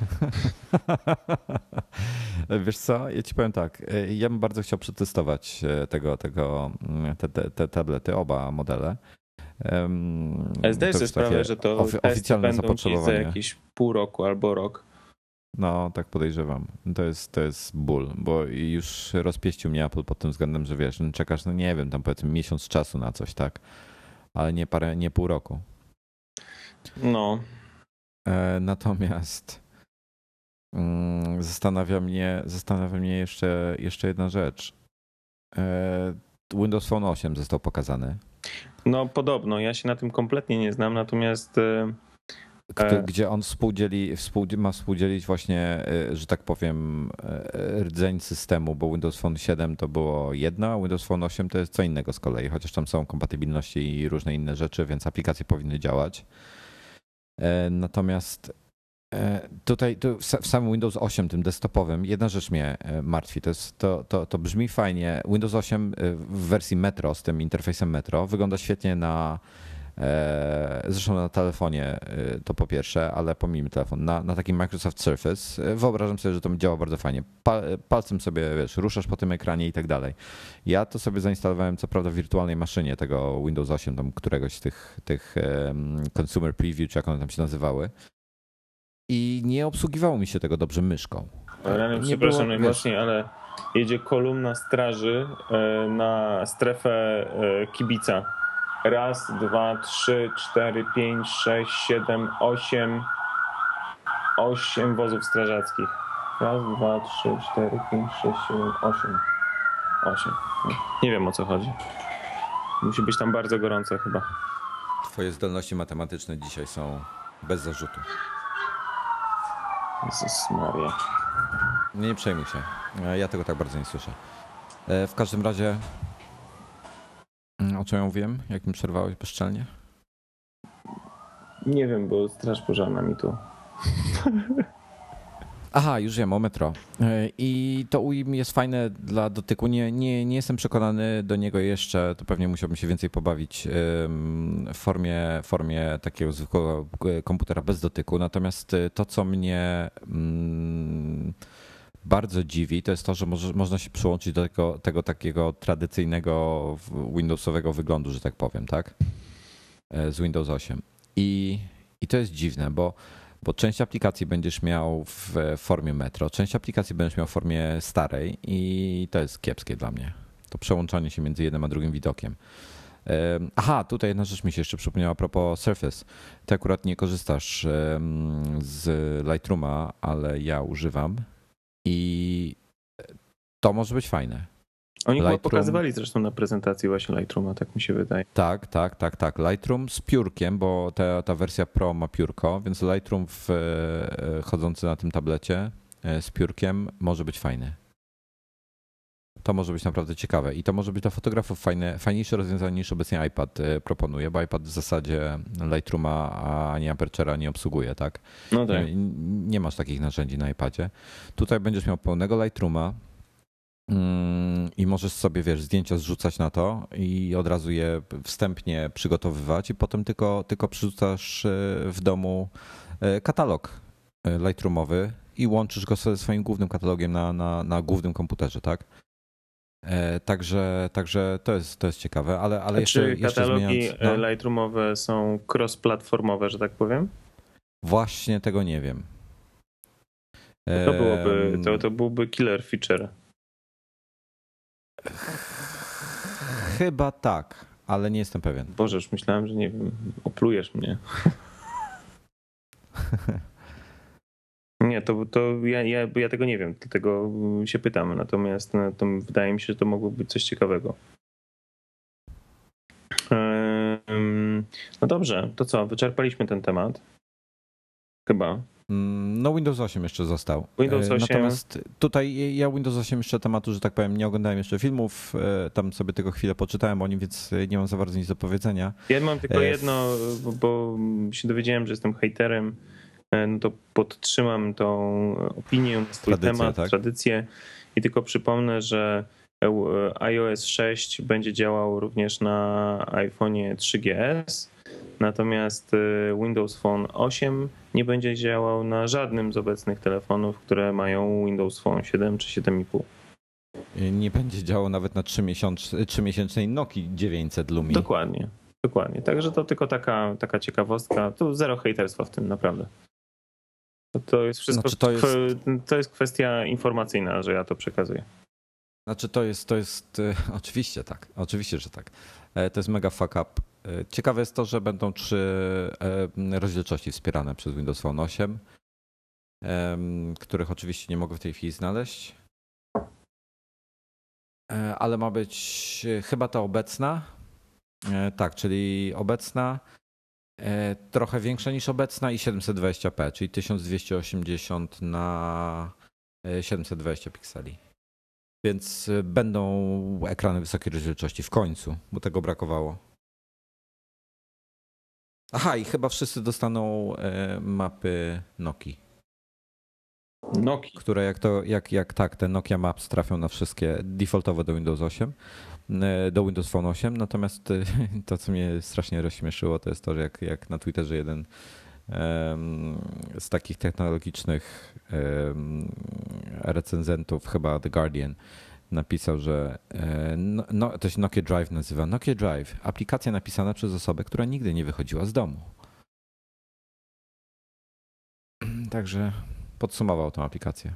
Wiesz co, ja ci powiem tak, ja bym bardzo chciał przetestować tego, tego, te, te, te tablety, oba modele. Ale zdajesz sobie sprawę, że to ofi- oficjalne zapotrzebowanie. Za jakieś pół roku albo rok. No, tak podejrzewam. To jest, to jest ból, bo już rozpieścił mnie Apple pod tym względem, że wiesz, no czekasz, no nie wiem, tam powiedzmy miesiąc czasu na coś, tak? Ale nie parę, nie pół roku. No. E, natomiast mm, zastanawia mnie, zastanawia mnie jeszcze, jeszcze jedna rzecz. E, Windows Phone osiem został pokazany. No podobno, ja się na tym kompletnie nie znam, natomiast... Kto, gdzie on współdzieli, współ, ma współdzielić właśnie, że tak powiem, rdzeń systemu, bo Windows Phone siedem to było jedno, a Windows Phone osiem to jest co innego z kolei, chociaż tam są kompatybilności i różne inne rzeczy, więc aplikacje powinny działać. Natomiast tutaj tu w samym Windows osiem, tym desktopowym, jedna rzecz mnie martwi, to, jest, to, to, to brzmi fajnie. Windows osiem w wersji Metro, z tym interfejsem Metro, wygląda świetnie na zresztą na telefonie to po pierwsze, ale pomijmy telefon, na, na takim Microsoft Surface wyobrażam sobie, że to działa bardzo fajnie. Palcem sobie, wiesz, ruszasz po tym ekranie i tak dalej. Ja to sobie zainstalowałem co prawda w wirtualnej maszynie tego Windows osiem, tam któregoś z tych, tych Consumer Preview, czy jak one tam się nazywały. I nie obsługiwało mi się tego dobrze myszką. Rany, przepraszam najmocniej, ale jedzie kolumna straży na strefę kibica. Raz, dwa, trzy, cztery, pięć, sześć, siedem, osiem. Osiem wozów strażackich. Raz, dwa, trzy, cztery, pięć, sześć, siedem, osiem. Osiem. Nie wiem, o co chodzi. Musi być tam bardzo gorąco chyba. Twoje zdolności matematyczne dzisiaj są bez zarzutu. Jezus Maria. Nie, nie przejmuj się. Ja tego tak bardzo nie słyszę. W każdym razie... O czym ja mówiłem? Jak mi przerwałeś bezczelnie? Nie wiem, bo straż pożarna mi tu. Aha, już wiem, o Metro. I to U I M jest fajne dla dotyku. Nie, nie, nie jestem przekonany do niego jeszcze, to pewnie musiałbym się więcej pobawić w formie, formie takiego zwykłego komputera bez dotyku. Natomiast to, co mnie bardzo dziwi, to jest to, że może, można się przyłączyć do tego, tego takiego tradycyjnego Windowsowego wyglądu, że tak powiem, tak? Z Windows osiem. I, i to jest dziwne, bo, bo część aplikacji będziesz miał w formie Metro, część aplikacji będziesz miał w formie starej i to jest kiepskie dla mnie. To przełączanie się między jednym a drugim widokiem. Aha, tutaj jedna rzecz mi się jeszcze przypomniała a propos Surface. Ty akurat nie korzystasz z Lightrooma, ale ja używam. I to może być fajne. Oni Lightroom... chyba pokazywali zresztą na prezentacji właśnie Lightrooma, tak mi się wydaje. Tak, tak, tak, tak. Lightroom z piórkiem, bo ta, ta wersja Pro ma piórko, więc Lightroom w, chodzący na tym tablecie z piórkiem może być fajny. To może być naprawdę ciekawe i to może być dla fotografów fajne, fajniejsze rozwiązanie niż obecnie iPad proponuje, bo iPad w zasadzie Lightrooma ani Aperture'a nie obsługuje, tak? No tak. Nie, nie masz takich narzędzi na iPadzie. Tutaj będziesz miał pełnego Lightrooma i możesz sobie, wiesz, zdjęcia zrzucać na to i od razu je wstępnie przygotowywać i potem tylko, tylko przerzucasz w domu katalog Lightroomowy i łączysz go ze swoim głównym katalogiem na, na, na głównym komputerze, tak? Także, także to jest, to jest ciekawe, ale, ale jeszcze, czy katalogi jeszcze zmieniając, no? Lightroomowe są cross-platformowe, że tak powiem? Właśnie tego nie wiem. To byłoby, to, to byłby killer feature. Chyba tak, ale nie jestem pewien. Boże, już myślałem, że nie wiem, oplujesz mnie. Nie, to, to ja, ja, ja tego nie wiem, dlatego się pytam. Natomiast no, to wydaje mi się, że to mogło być coś ciekawego. No dobrze, to co? Wyczerpaliśmy ten temat. Chyba. No Windows osiem jeszcze został. Windows osiem. Natomiast tutaj ja Windows osiem jeszcze tematu, że tak powiem, nie oglądałem jeszcze filmów, tam sobie tylko chwilę poczytałem o nim, więc nie mam za bardzo nic do powiedzenia. Ja mam tylko jedno, bo, bo się dowiedziałem, że jestem hejterem, no to podtrzymam tą opinię, swój Tradycja, temat, tak? tradycję i tylko przypomnę, że iOS sześć będzie działał również na iPhone'ie trzy G S, natomiast Windows Phone osiem nie będzie działał na żadnym z obecnych telefonów, które mają Windows Phone siedem czy siedem i pół. Nie będzie działał nawet na trzymiesięcznej Nokii dziewięćset Lumii. Dokładnie, dokładnie. Także to tylko taka, taka ciekawostka. Tu zero hejterstwa w tym, naprawdę. To jest wszystko, znaczy to, jest... to jest kwestia informacyjna, że ja to przekazuję. Znaczy to jest, to jest, oczywiście tak, oczywiście, że tak. To jest mega fuck up. Ciekawe jest to, że będą trzy rozdzielczości wspierane przez Windows Phone osiem, których oczywiście nie mogę w tej chwili znaleźć. Ale ma być chyba ta obecna. Tak, czyli obecna, trochę większa niż obecna i siedemset dwadzieścia p, czyli tysiąc dwieście osiemdziesiąt na siedemset dwadzieścia pikseli. Więc będą ekrany wysokiej rozdzielczości w końcu, bo tego brakowało. Aha, i chyba wszyscy dostaną mapy Nokii. Nokii. Które jak to, jak, jak tak, te Nokia Maps trafią na wszystkie defaultowe do Windows osiem, do Windows Phone osiem, natomiast to, co mnie strasznie rozśmieszyło, to jest to, że jak, jak na Twitterze jeden um, z takich technologicznych um, recenzentów, chyba The Guardian, napisał, że no, no, to się Nokia Drive nazywa. Nokia Drive, aplikacja napisana przez osobę, która nigdy nie wychodziła z domu. Także podsumował tą aplikację.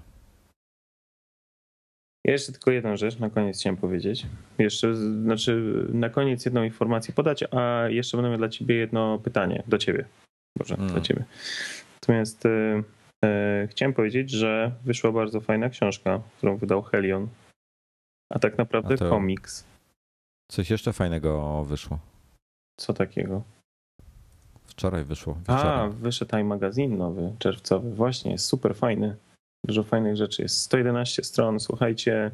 Ja jeszcze tylko jedną rzecz na koniec chciałem powiedzieć. Jeszcze, znaczy na koniec jedną informację podać, a jeszcze będę miał dla ciebie jedno pytanie, do ciebie. Może hmm. dla ciebie. Natomiast e, e, chciałem powiedzieć, że wyszła bardzo fajna książka, którą wydał Helion, a tak naprawdę a komiks. Coś jeszcze fajnego wyszło. Co takiego? Wczoraj wyszło. A, wyszedł Time Magazine nowy, czerwcowy. Właśnie, jest super fajny. Dużo fajnych rzeczy jest. sto jedenaście stron. Słuchajcie,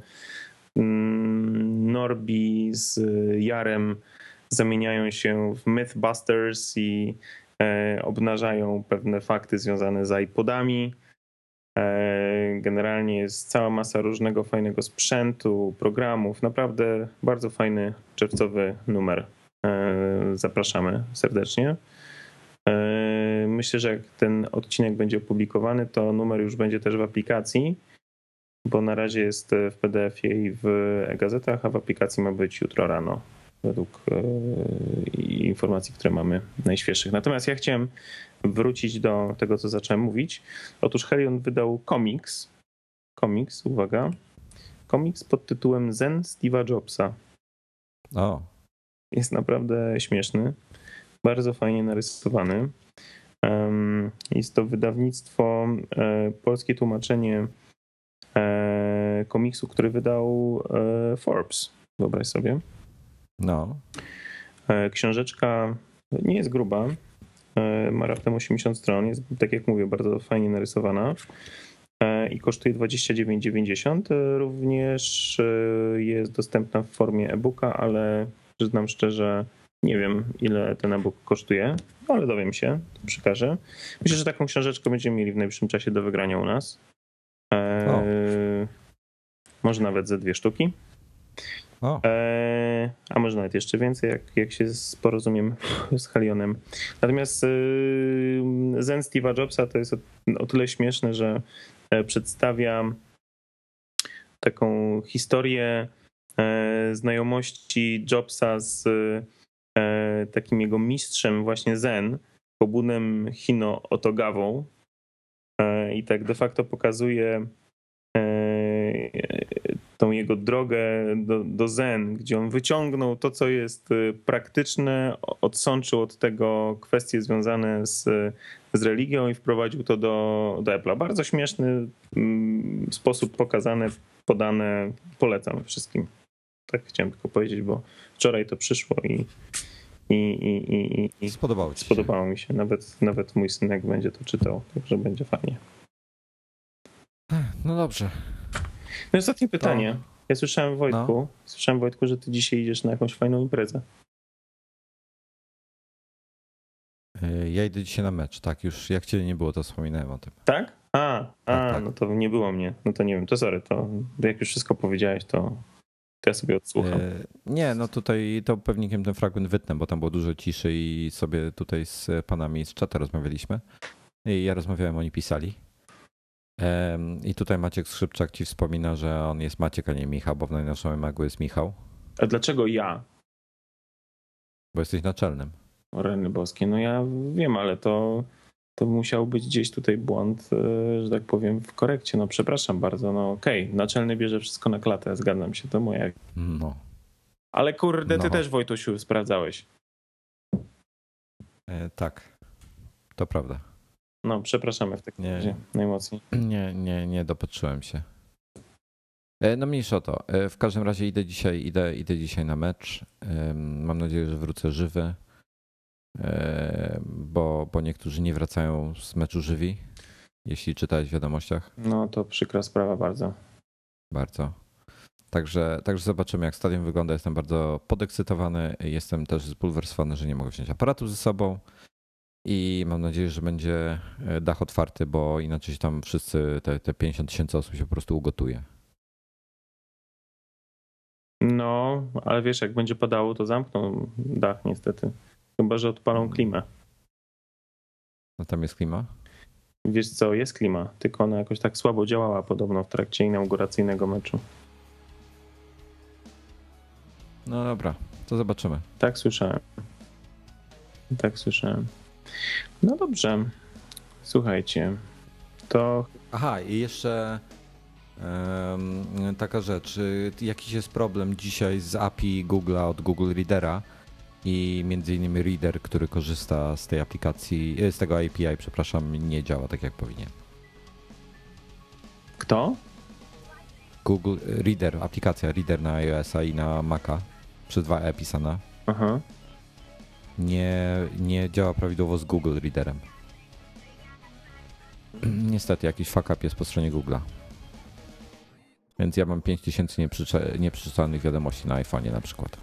Norbi z Jarem zamieniają się w Mythbusters i e, obnażają pewne fakty związane z iPodami. E, generalnie jest cała masa różnego fajnego sprzętu, programów. Naprawdę bardzo fajny czerwcowy numer. E, zapraszamy serdecznie. Myślę, że jak ten odcinek będzie opublikowany, to numer już będzie też w aplikacji, bo na razie jest w P D F-ie i w e-gazetach, a w aplikacji ma być jutro rano, według informacji, które mamy najświeższych. Natomiast ja chciałem wrócić do tego, co zacząłem mówić. Otóż Helion wydał komiks, komiks, uwaga, komiks pod tytułem Zen Steve'a Jobsa. O. Jest naprawdę śmieszny. Bardzo fajnie narysowany. Jest to wydawnictwo, polskie tłumaczenie komiksu, który wydał Forbes. Wyobraź sobie. No. Książeczka nie jest gruba. Ma raptem osiemdziesiąt stron. Jest, tak jak mówię, bardzo fajnie narysowana. I kosztuje dwadzieścia dziewięć dziewięćdziesiąt. Również jest dostępna w formie e-booka, ale przyznam szczerze, nie wiem, ile ten e-book kosztuje, ale dowiem się, to przekażę. Myślę, że taką książeczkę będziemy mieli w najbliższym czasie do wygrania u nas. Eee, może nawet ze dwie sztuki. Eee, a może nawet jeszcze więcej, jak, jak się porozumiem z Helionem. Natomiast yy, Zen Steve'a Jobsa to jest o, o tyle śmieszne, że przedstawia taką historię e, znajomości Jobsa z e, takim jego mistrzem właśnie Zen, Kobunem Hino Otogawą, e, i tak de facto pokazuje e, tą jego drogę do, do Zen, gdzie on wyciągnął to, co jest praktyczne, odsączył od tego kwestie związane z, z religią i wprowadził to do, do Apple'a. Bardzo śmieszny mm, sposób pokazane, podane, polecam wszystkim. Tak chciałem tylko powiedzieć, bo wczoraj to przyszło i, i, i, i, i Spodobało ci się. spodobało mi się. Nawet, nawet mój synek będzie to czytał, także będzie fajnie. No dobrze. No i ostatnie pytanie. Ja słyszałem, Wojtku, No. słyszałem, Wojtku, że ty dzisiaj idziesz na jakąś fajną imprezę. Ja idę dzisiaj na mecz, tak? Już jak cię nie było, to wspominałem o tym. Tak? A, a Tak, tak. no to nie było mnie. No to nie wiem, to sorry, to jak już wszystko powiedziałeś, to, to ja sobie odsłucham. E, Nie, no tutaj to pewnikiem ten fragment wytnę, bo tam było dużo ciszy i sobie tutaj z panami z czata rozmawialiśmy. I ja rozmawiałem, oni pisali. Em, I tutaj Maciek Skrzypczak ci wspomina, że on jest Maciek, a nie Michał, bo w najnowszym emagu jest Michał, A dlaczego ja? bo jesteś naczelnym. O rany boskie, no ja wiem, ale to, to musiał być gdzieś tutaj błąd, e, że tak powiem, w korekcie. No przepraszam bardzo, no okej, okay. Naczelny bierze wszystko na klatę, zgadzam się, to moja. No. Ale kurde, ty No. też, Wojtusiu, sprawdzałeś. E, tak, to prawda. No, przepraszamy w takim Nie. razie najmocniej. Nie, nie, nie dopatrzyłem się. E, No mniejsza o to. E, W każdym razie idę dzisiaj, idę, idę dzisiaj na mecz. Em, Mam nadzieję, że wrócę żywy, e, bo, bo niektórzy nie wracają z meczu żywi, jeśli czytałeś w wiadomościach. No to przykra sprawa bardzo. Bardzo. Także, także zobaczymy, jak stadion wygląda. Jestem bardzo podekscytowany. Jestem też zbulwersowany, że nie mogę wziąć aparatu ze sobą. I mam nadzieję, że będzie dach otwarty, bo inaczej się tam wszyscy, te, te pięćdziesiąt tysięcy osób się po prostu ugotuje. No, ale wiesz, jak będzie padało, to zamkną dach niestety. Chyba że odpalą klimę. No tam jest klima? Wiesz co, jest klima, tylko ona jakoś tak słabo działała podobno w trakcie inauguracyjnego meczu. No dobra, to zobaczymy. Tak słyszałem. Tak słyszałem. No dobrze. Słuchajcie, to Aha, i jeszcze um, taka rzecz. Jakiś jest problem dzisiaj z A P I Google'a od Google Readera i między innymi Reader, który korzysta z tej aplikacji, z tego A P I, przepraszam, nie działa tak jak powinien. kto? Google Reader, aplikacja Reader na iOS-a i na Maca, przez dwa E pisana, Aha. nie, nie działa prawidłowo z Google Readerem. Niestety jakiś fuck up jest po stronie Google'a. Więc ja mam pięć tysięcy nieprzeczy- nieprzeczytanych wiadomości na iPhone'ie na przykład.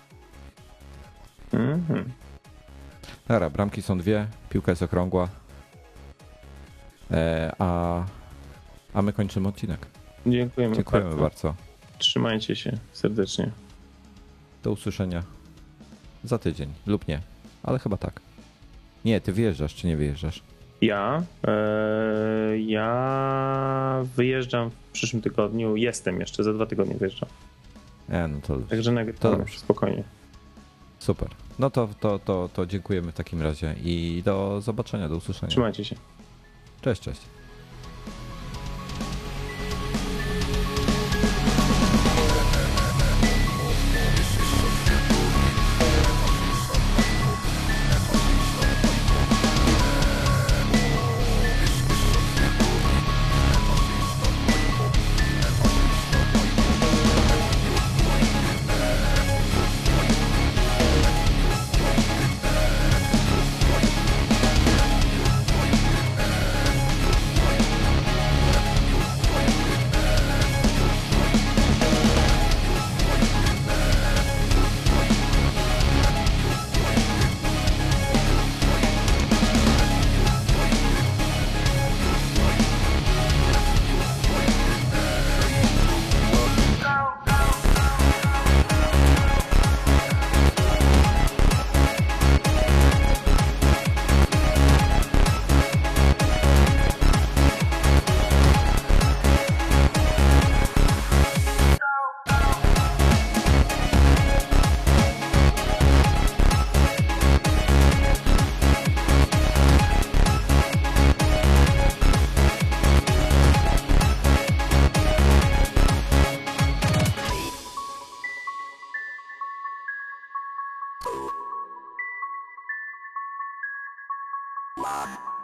Mhm. Dobra, bramki są dwie, piłka jest okrągła, e, a, a my kończymy odcinek. Dziękujemy, Dziękujemy bardzo. bardzo. Trzymajcie się serdecznie. Do usłyszenia za tydzień lub nie, ale chyba tak. Nie, ty wyjeżdżasz czy nie wyjeżdżasz? Ja, e, ja wyjeżdżam w przyszłym tygodniu. Jestem jeszcze, za dwa tygodnie wyjeżdżam. E, no to Także To nagrywamy dobrze. spokojnie. super. No to, to, to, to dziękujemy w takim razie i do zobaczenia, do usłyszenia. Trzymajcie się. Cześć, cześć. Mom.